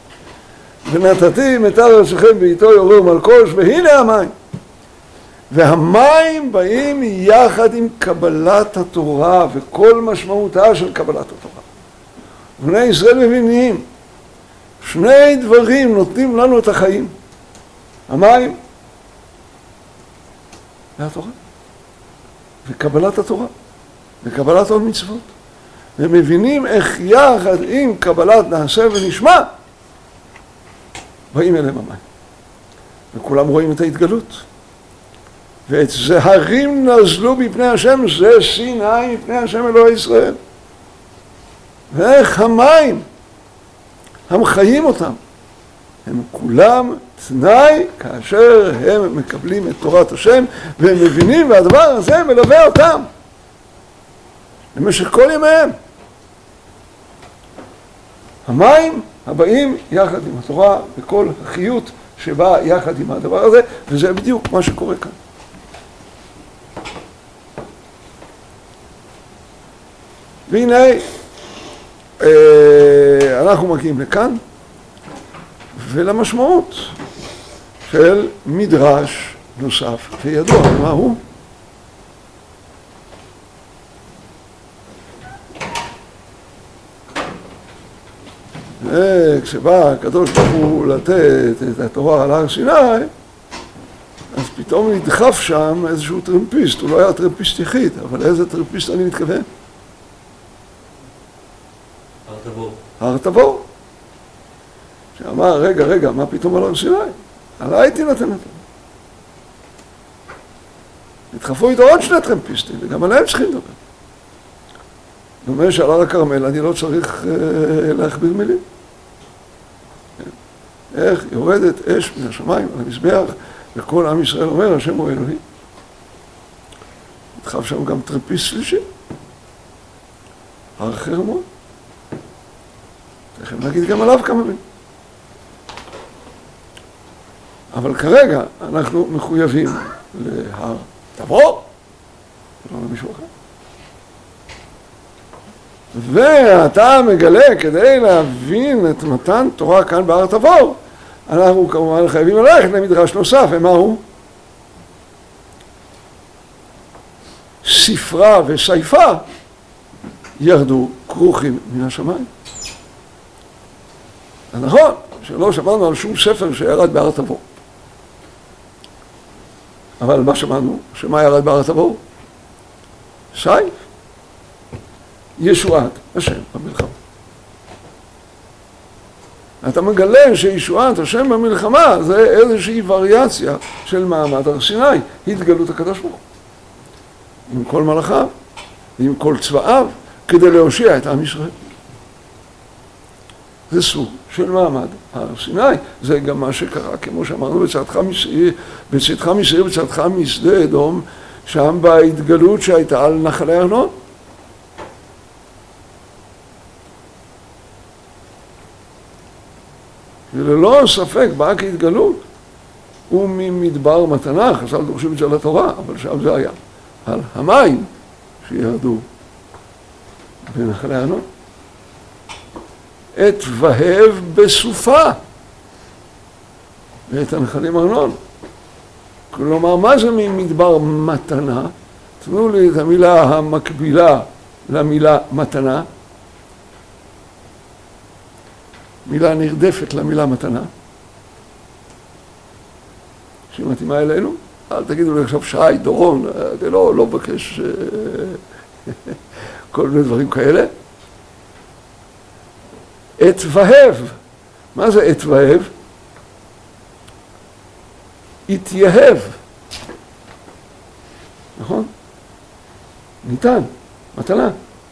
ונתתי מיטב ארצכם בעיתו יעורר מלקוש, והנה המים. והמים באים יחד עם קבלת התורה וכל משמעותה של קבלת התורה. בני ישראל מבינים, שני דברים נותנים לנו את החיים. המים והתורה. וקבלת התורה. וקבלת עוד מצוות. והם מבינים איך יחד עם קבלת נעשה ונשמע באים אליהם המים. וכולם רואים את ההתגלות. ואת זהרים נזלו בפני השם, זה סיני מפני השם אלוהי ישראל. ואיך המים, המחיים אותם, הם כולם תנאי כאשר הם מקבלים את תורת השם, והם מבינים, והדבר הזה מלווה אותם במשך כל ימיהם. המים הבאים יחד עם התורה וכל החיות שבאה יחד עם הדבר הזה, וזה בדיוק מה שקורה כאן. והנה אנחנו מגיעים לכאן ולמשמעות של מדרש נוסף וידוע. מה הוא? כשבא הקדוש ברוך הוא לתת את התורה על הר סיני, אז פתאום נדחף שם איזשהו טרמפיסט. הוא לא היה טרמפיסט יחיד, אבל איזה טרמפיסט אני מתכוון? הר תבור. שאמר, רגע, מה פתאום על הר סיני? עליי תינתן אותו. נדחפו איתו עוד שני טרמפיסטים, וגם עליהם צריכים לדבר. דומה שעל הר הכרמל אני לא צריך להכביר מילים. איך יורדת אש מן השמיים על המזבח, וכל עם ישראל אומר, השם הוא אלוהים. נדחף שם גם טרמפיסט שלישי. הר חרמון. תכף נגיד גם עליו כמה מילים. אבל כרגע אנחנו מחויבים להר תבור, לא למישהו אחר. ואתה מגלה כדי להבין את מתן תורה כאן בהר תבור, אנחנו כמובן חייבים ללכת למדרש נוסף, ומה הוא? ספרה וסייפה ירדו כרוכים מן השמיים. אז נכון, שלא שמענו על שום ספר שירד בהר תבור. אבל מה שמענו? שמה ירד בהר תבור? סייף. ישועת השם במלחמה. אתה מגלה שישועת השם במלחמה זה איזושהי וריאציה של מעמד הר סיני, התגלות הקדוש ברוך הוא. עם כל מלאכיו ועם כל צבאיו כדי להושיע את עם ישראל. זה סוג של מעמד הר סיני. זה גם מה שקרה, כמו שאמרנו, בצאתך משעיר בצאתך משדה אדום, שם בהתגלות שהייתה על נחלי ארנון. וללא ספק באה כהתגלות, וממדבר מתנה, חז"ל דורשים את זה לתורה, אבל שם זה היה על המים שירדו בנחלי ארנון. את והב בסופה ואת הנחלים ארנון. כלומר, מה זה ממדבר מתנה? תנו לי את המילה המקבילה למילה מתנה. מילה נרדפת למילה מתנה. שמתאימה אלינו. אל תגידו לי עכשיו שי, דורון, אני לא מבקש כל מיני דברים כאלה. את והב. מה זה את והב? התייהב. נכון? ניתן, מתנה.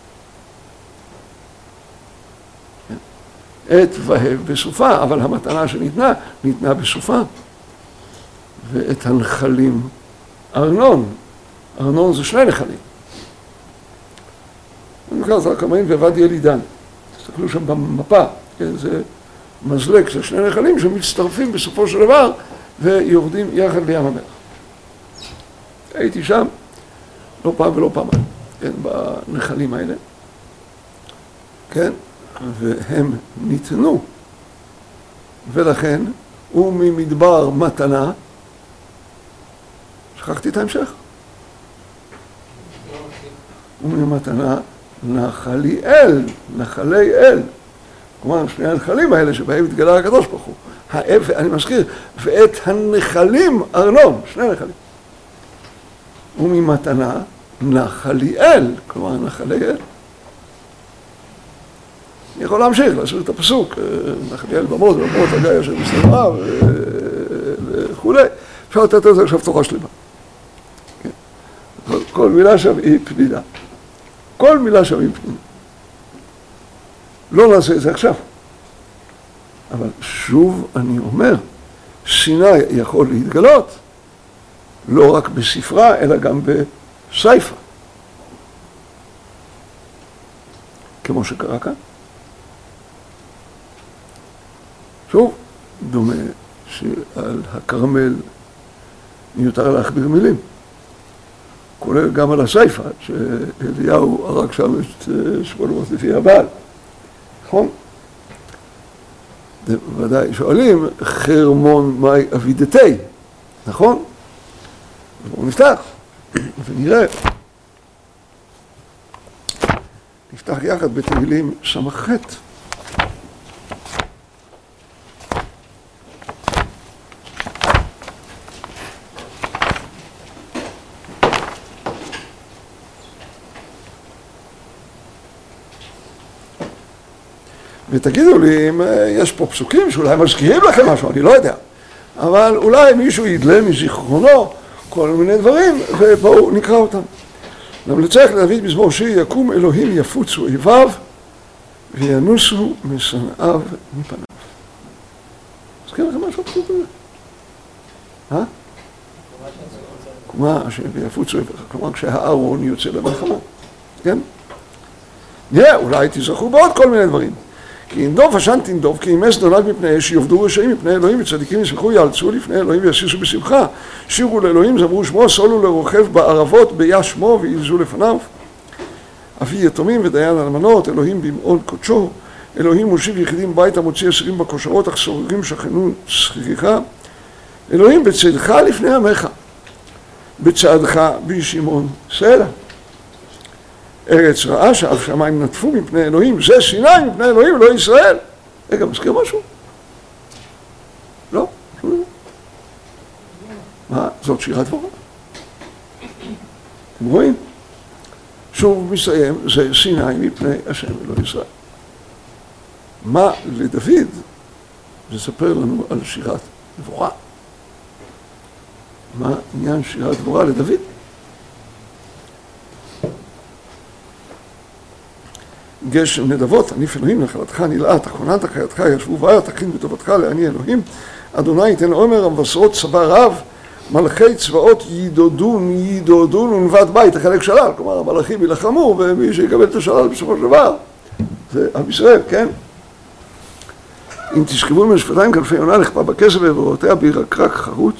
את והב בסופה, אבל המתנה שניתנה, ניתנה בסופה. ואת הנחלים ארנון. ארנון זה שני נחלים. נקרא זר כמאים וואדי אלידן. תסתכלו שם במפה, כן, זה מזלג של שני נחלים שמצטרפים בסופו של דבר ויורדים יחד לים המלח. הייתי שם לא פעם ולא פעמיים. כן, בנחלים האלה, כן, והם ניתנו, ולכן הוא ממדבר מתנה, שכחתי את ההמשך, וממתנה נחלי אל, נחלי אל, כלומר שני הנחלים האלה שבהם התגלה הקדוש ברוך הוא, אני מזכיר, ואת הנחלים ארנון, שני נחלים, וממתנה נחלי אל, כלומר נחלי אל. אני יכול להמשיך, לעשות את הפסוק, נחלי אל במות, במות הגיא אשר מסתמרה וכולי. אפשר לתת את זה עכשיו תורה שלמה. כל מילה שם היא פנינה. כל מילה שם היא פנינה. לא נעשה את זה עכשיו. אבל שוב אני אומר, סיני יכול להתגלות לא רק בספרה, אלא גם בסייפה. כמו שקרה כאן. שוב, דומה שעל הכרמל מיותר להכביר מילים. כולל גם על הסייפה, שאליהו הרג שם את 800 לפי הבעל. נכון? ודאי שואלים, חרמון מאי אבידתי, נכון? בואו נפתח ונראה. נפתח יחד בתהילים ס"ח. ותגידו לי אם יש פה פסוקים שאולי מזכירים לכם משהו, אני לא יודע. אבל אולי מישהו ידלה מזיכרונו כל מיני דברים, ובואו נקרא אותם. נמליצך לדוד מזמור שיר, יקום אלוהים יפוצו אויביו, וינוסו משנאיו מפניו. מזכיר לכם משהו פסוק הזה? קומה אשר יפוצו אויביך, כלומר כשהארון יוצא למלחמה. כן? נראה, אולי תזכרו בעוד כל מיני דברים. כי אם דוב עשן תנדוב, כי אם אס נולד מפני אש, יעבדו רשעים מפני אלוהים, וצדיקים ישמחו יעלצו לפני אלוהים ויסיסו בשמחה. שירו לאלוהים, זמרו שמו, סולו לרוכב בערבות, ביש שמו וילזו לפניו. אבי יתומים ודיין אלמנות, אלוהים במעון קודשו, אלוהים מושיב יחידים בית המוציא אסירים בכושרות, אך סוררים שכנו שכיחה. אלוהים בצדך לפני עמך, בצעדך בשמעון סלע. ארץ רעה שאף שמיים נטפו מפני אלוהים, זה סיני מפני אלוהים ולא ישראל. רגע, מזכיר משהו? לא? מה? זאת שירת דבורה. אתם רואים? שוב מסיים, זה סיני מפני השם ולא ישראל. מה לדוד? לספר לנו על שירת דבורה. מה עניין שירת דבורה לדוד? גשם נדבות, עניף אלוהים נחלתך נלאה, אחרונת חייתך ישבו בעיה, תכין בטובתך לעני אלוהים. אדוני ייתן עומר המבשרות צבא רב, מלכי צבאות יידודון ונבט בית, החלק שלל, כלומר המלאכים ילחמו ומי שיקבל את השלל בסופו של דבר זה עם ישראל, כן? אם תשכבו מן שפתיים כנפי יונה נכפה בכסף ובורותיה בירקרק חרוץ,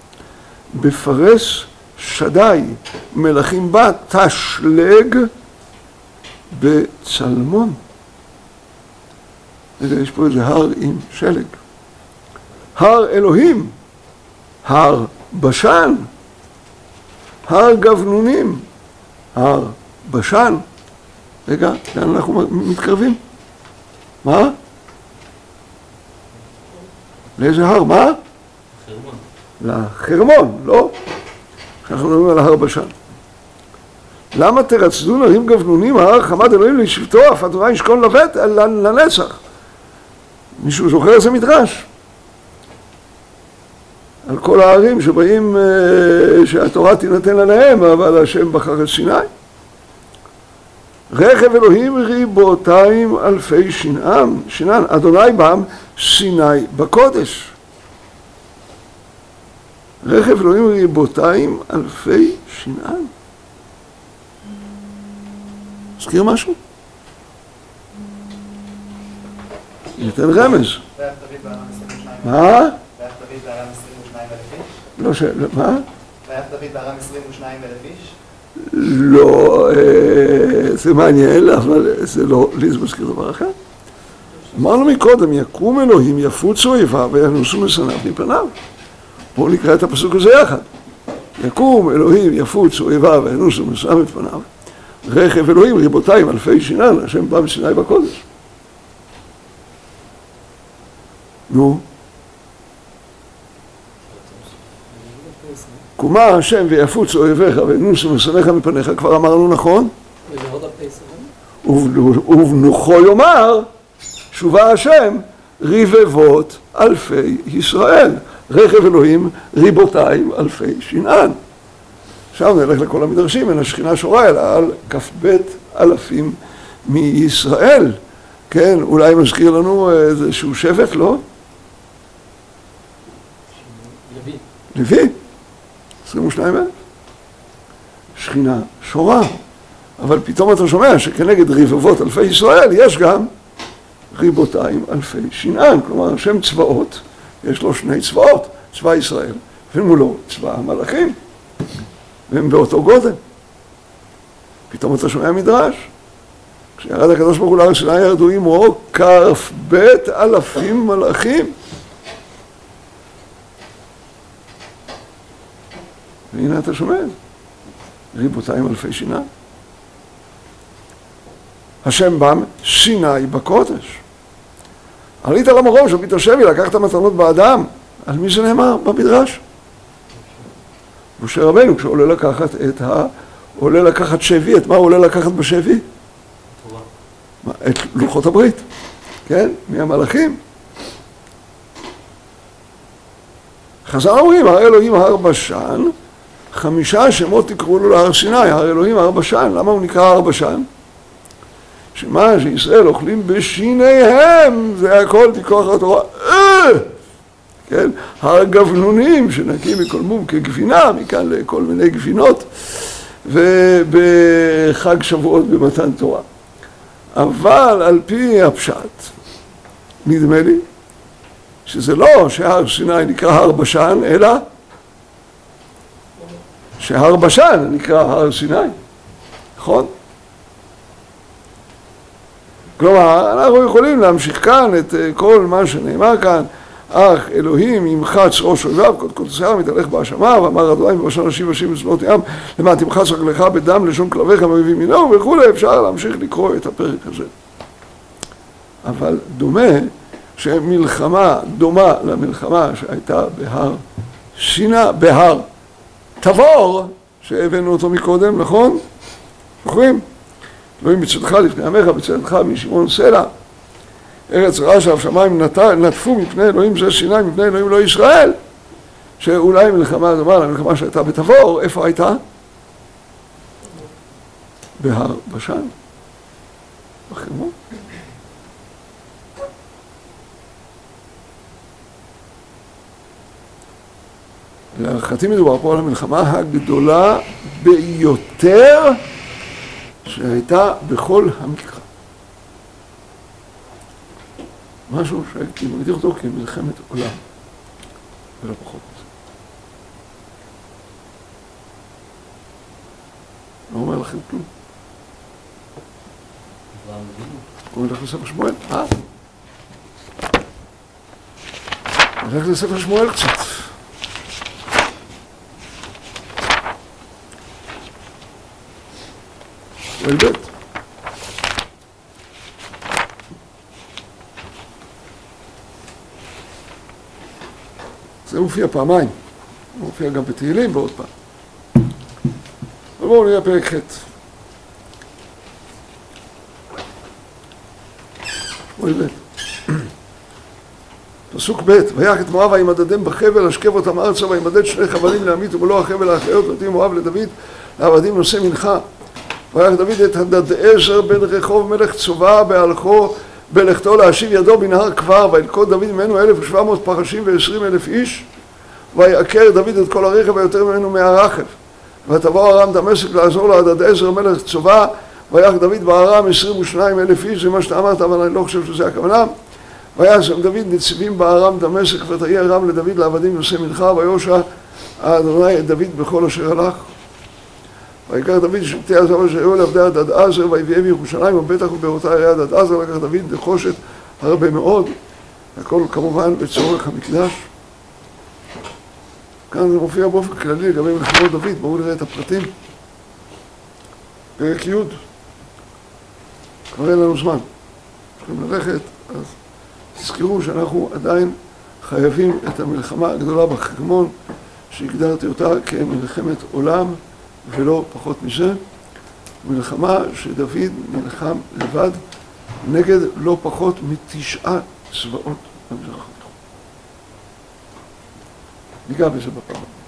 בפרס שדי מלכים בה תשלג בצלמון. יש פה איזה הר עם שלג. הר אלוהים, הר בשן, הר גבנונים, הר בשן. רגע, לאן אנחנו מתקרבים? מה? לאיזה הר? מה? חרמון. לחרמון, לא? אנחנו מדברים על ההר בשן. למה תרצדו נרים גבנונים, ההר חמד אלוהים לשבטו, אף אדוני ישכון לבט לנצח. מישהו זוכר איזה מדרש? על כל הערים שבאים, שהתורה תינתן עליהם, אבל השם בחר את סיני. רכב אלוהים ריבותיים אלפי שנן, אדוני בם סיני בקודש. רכב אלוהים ריבותיים אלפי שנן. מזכיר משהו? ניתן רמז. מה? ויח דוד בארם 22,000 איש? לא ש... מה? ויח דוד בארם 22,000 איש? לא, זה מעניין, אבל זה לא, לי זה מזכיר דבר אחר. אמרנו מקודם, יקום אלוהים יפוץ אויביו וינוסו משנאיו מפניו. בואו נקרא את הפסוק הזה יחד. יקום אלוהים יפוץ אויביו וינוסו משנאיו מפניו. רכב אלוהים ריבותיים אלפי שינן, השם בא מסיני בקודש. נו. קומה השם ויפוץ אויביך וינוסו משנאיך מפניך, כבר אמרנו נכון? ובנוחו יאמר שובה השם רבבות אלפי ישראל, רכב אלוהים ריבותיים אלפי שינן. עכשיו נלך לכל המדרשים, אין השכינה שורה אלא על כ"ב אלפים מישראל. כן, אולי מזכיר לנו איזשהו שבט, לא? לוי 22,000. שכינה שורה, אבל פתאום אתה שומע שכנגד רבבות אלפי ישראל יש גם ריבותיים אלפי שינן. כלומר, השם צבאות, יש לו שני צבאות, צבא ישראל ומולו צבא המלאכים, והם באותו גודל. פתאום אתה שומע מדרש, כשירד הקדוש ברוך הוא להר סיני ירדו עמו כ"ב אלפים מלאכים. והנה אתה שומע, ריבותיים אלפי שינן. השם בא סיני בקודש. עלית למרום של פית השבי, לקחת מתנות באדם. על מי זה נאמר במדרש? משה רבנו, כשעולה לקחת עולה לקחת שבי, את מה הוא עולה לקחת בשבי? את לוחות הברית, כן? מהמלאכים. חז"ל אומרים, הר אלוהים הר בשן, 5 שמות תקראו לו להר סיני, הר אלוהים הר בשן. למה הוא נקרא הר בשן? שמה שישראל אוכלים בשיניהם, זה הכל תיקוח התורה. כן? הר גבנונים שנקים מכל מום כגבינה, מכאן לכל מיני גבינות, ובחג שבועות במתן תורה. אבל על פי הפשט, נדמה לי, שזה לא שהר סיני נקרא הר בשן, אלא שהר בשן נקרא הר סיני. נכון? כלומר, אנחנו יכולים להמשיך כאן את כל מה שנאמר כאן, אך אלוהים ימחץ ראש אויביו, קודקוד שיער מתהלך בהאשמה, ואמר אדוני בראשון אשיב אשים בצבאות ים, למען תמחץ רגליך בדם לשון כלביך מאויבים מינו, וכולי. אפשר להמשיך לקרוא את הפרק הזה. אבל דומה שמלחמה דומה למלחמה שהייתה בהר סיני, בהר תבור, שהבאנו אותו מקודם, נכון? זוכרים? אלוהים בצאתך לפני עמך, בצאתך משמעון סלע. ארץ רעה שהשמיים נטפו מפני אלוהים זה סיני, מפני אלוהים לא ישראל. שאולי מלחמה דומה למלחמה שהייתה בתבור, איפה הייתה? בהר בשן. בחרמון. להערכתי מדובר פה על המלחמה הגדולה ביותר שהייתה בכל המקרא. משהו שהייתי מגדיר אותו כמלחמת עולם, ולא פחות. לא אומר לכם כלום. הוא הולך לספר שמואל? הולך לספר שמואל קצת. שמואל ב'. זה מופיע פעמיים, הוא מופיע גם בתהילים בעוד פעם. ובואו נראה פרק ח'. שמואל ב'. פסוק ב', ויך את מואב וימדדם בחבל, השכב אותם ארצה וימדד 2 חבלים להמית ומלוא החבל האחיות ותים מואב לדוד לעבדים נושא מנחה. ויך דוד את הדדעזר בן רחוב מלך צובא בהלכו בלכתו להשיב ידו בנהר כבר, וילכוד דוד ממנו 1,700 פרשים ו20,000 איש, ויעקר דוד את כל הרכב ויותר ממנו מהרכב. ותבוא ארם דמשק לעזור להדדעזר מלך צובא, ויך דוד בארם 22,000 איש, זה מה שאתה אמרת, אבל אני לא חושב שזה הכוונה. וישם דוד נציבים בארם דמשק, ותהי ארם לדוד לעבדים נושא מנחה, ויושע אדוני את דוד בכל אשר הלך. ויקח דוד שבטי עזר שהיו לעבדי עד עזר ויביאם ירושלים ובטח ובאותה עירי עד עזר לקח דוד נחושת הרבה מאוד, הכל כמובן לצורך המקדש. כאן זה מופיע באופן כללי לגבי מלחמות דוד, בואו נראה את הפרטים. פרק י', כבר אין לנו זמן, צריכים ללכת, אז תזכרו שאנחנו עדיין חייבים את המלחמה הגדולה בחרמון, שהגדרתי אותה כמלחמת עולם ולא פחות מזה, מלחמה שדוד נלחם לבד נגד לא פחות מ9 צבאות במזרח התיכון. ניגע בזה בפעם.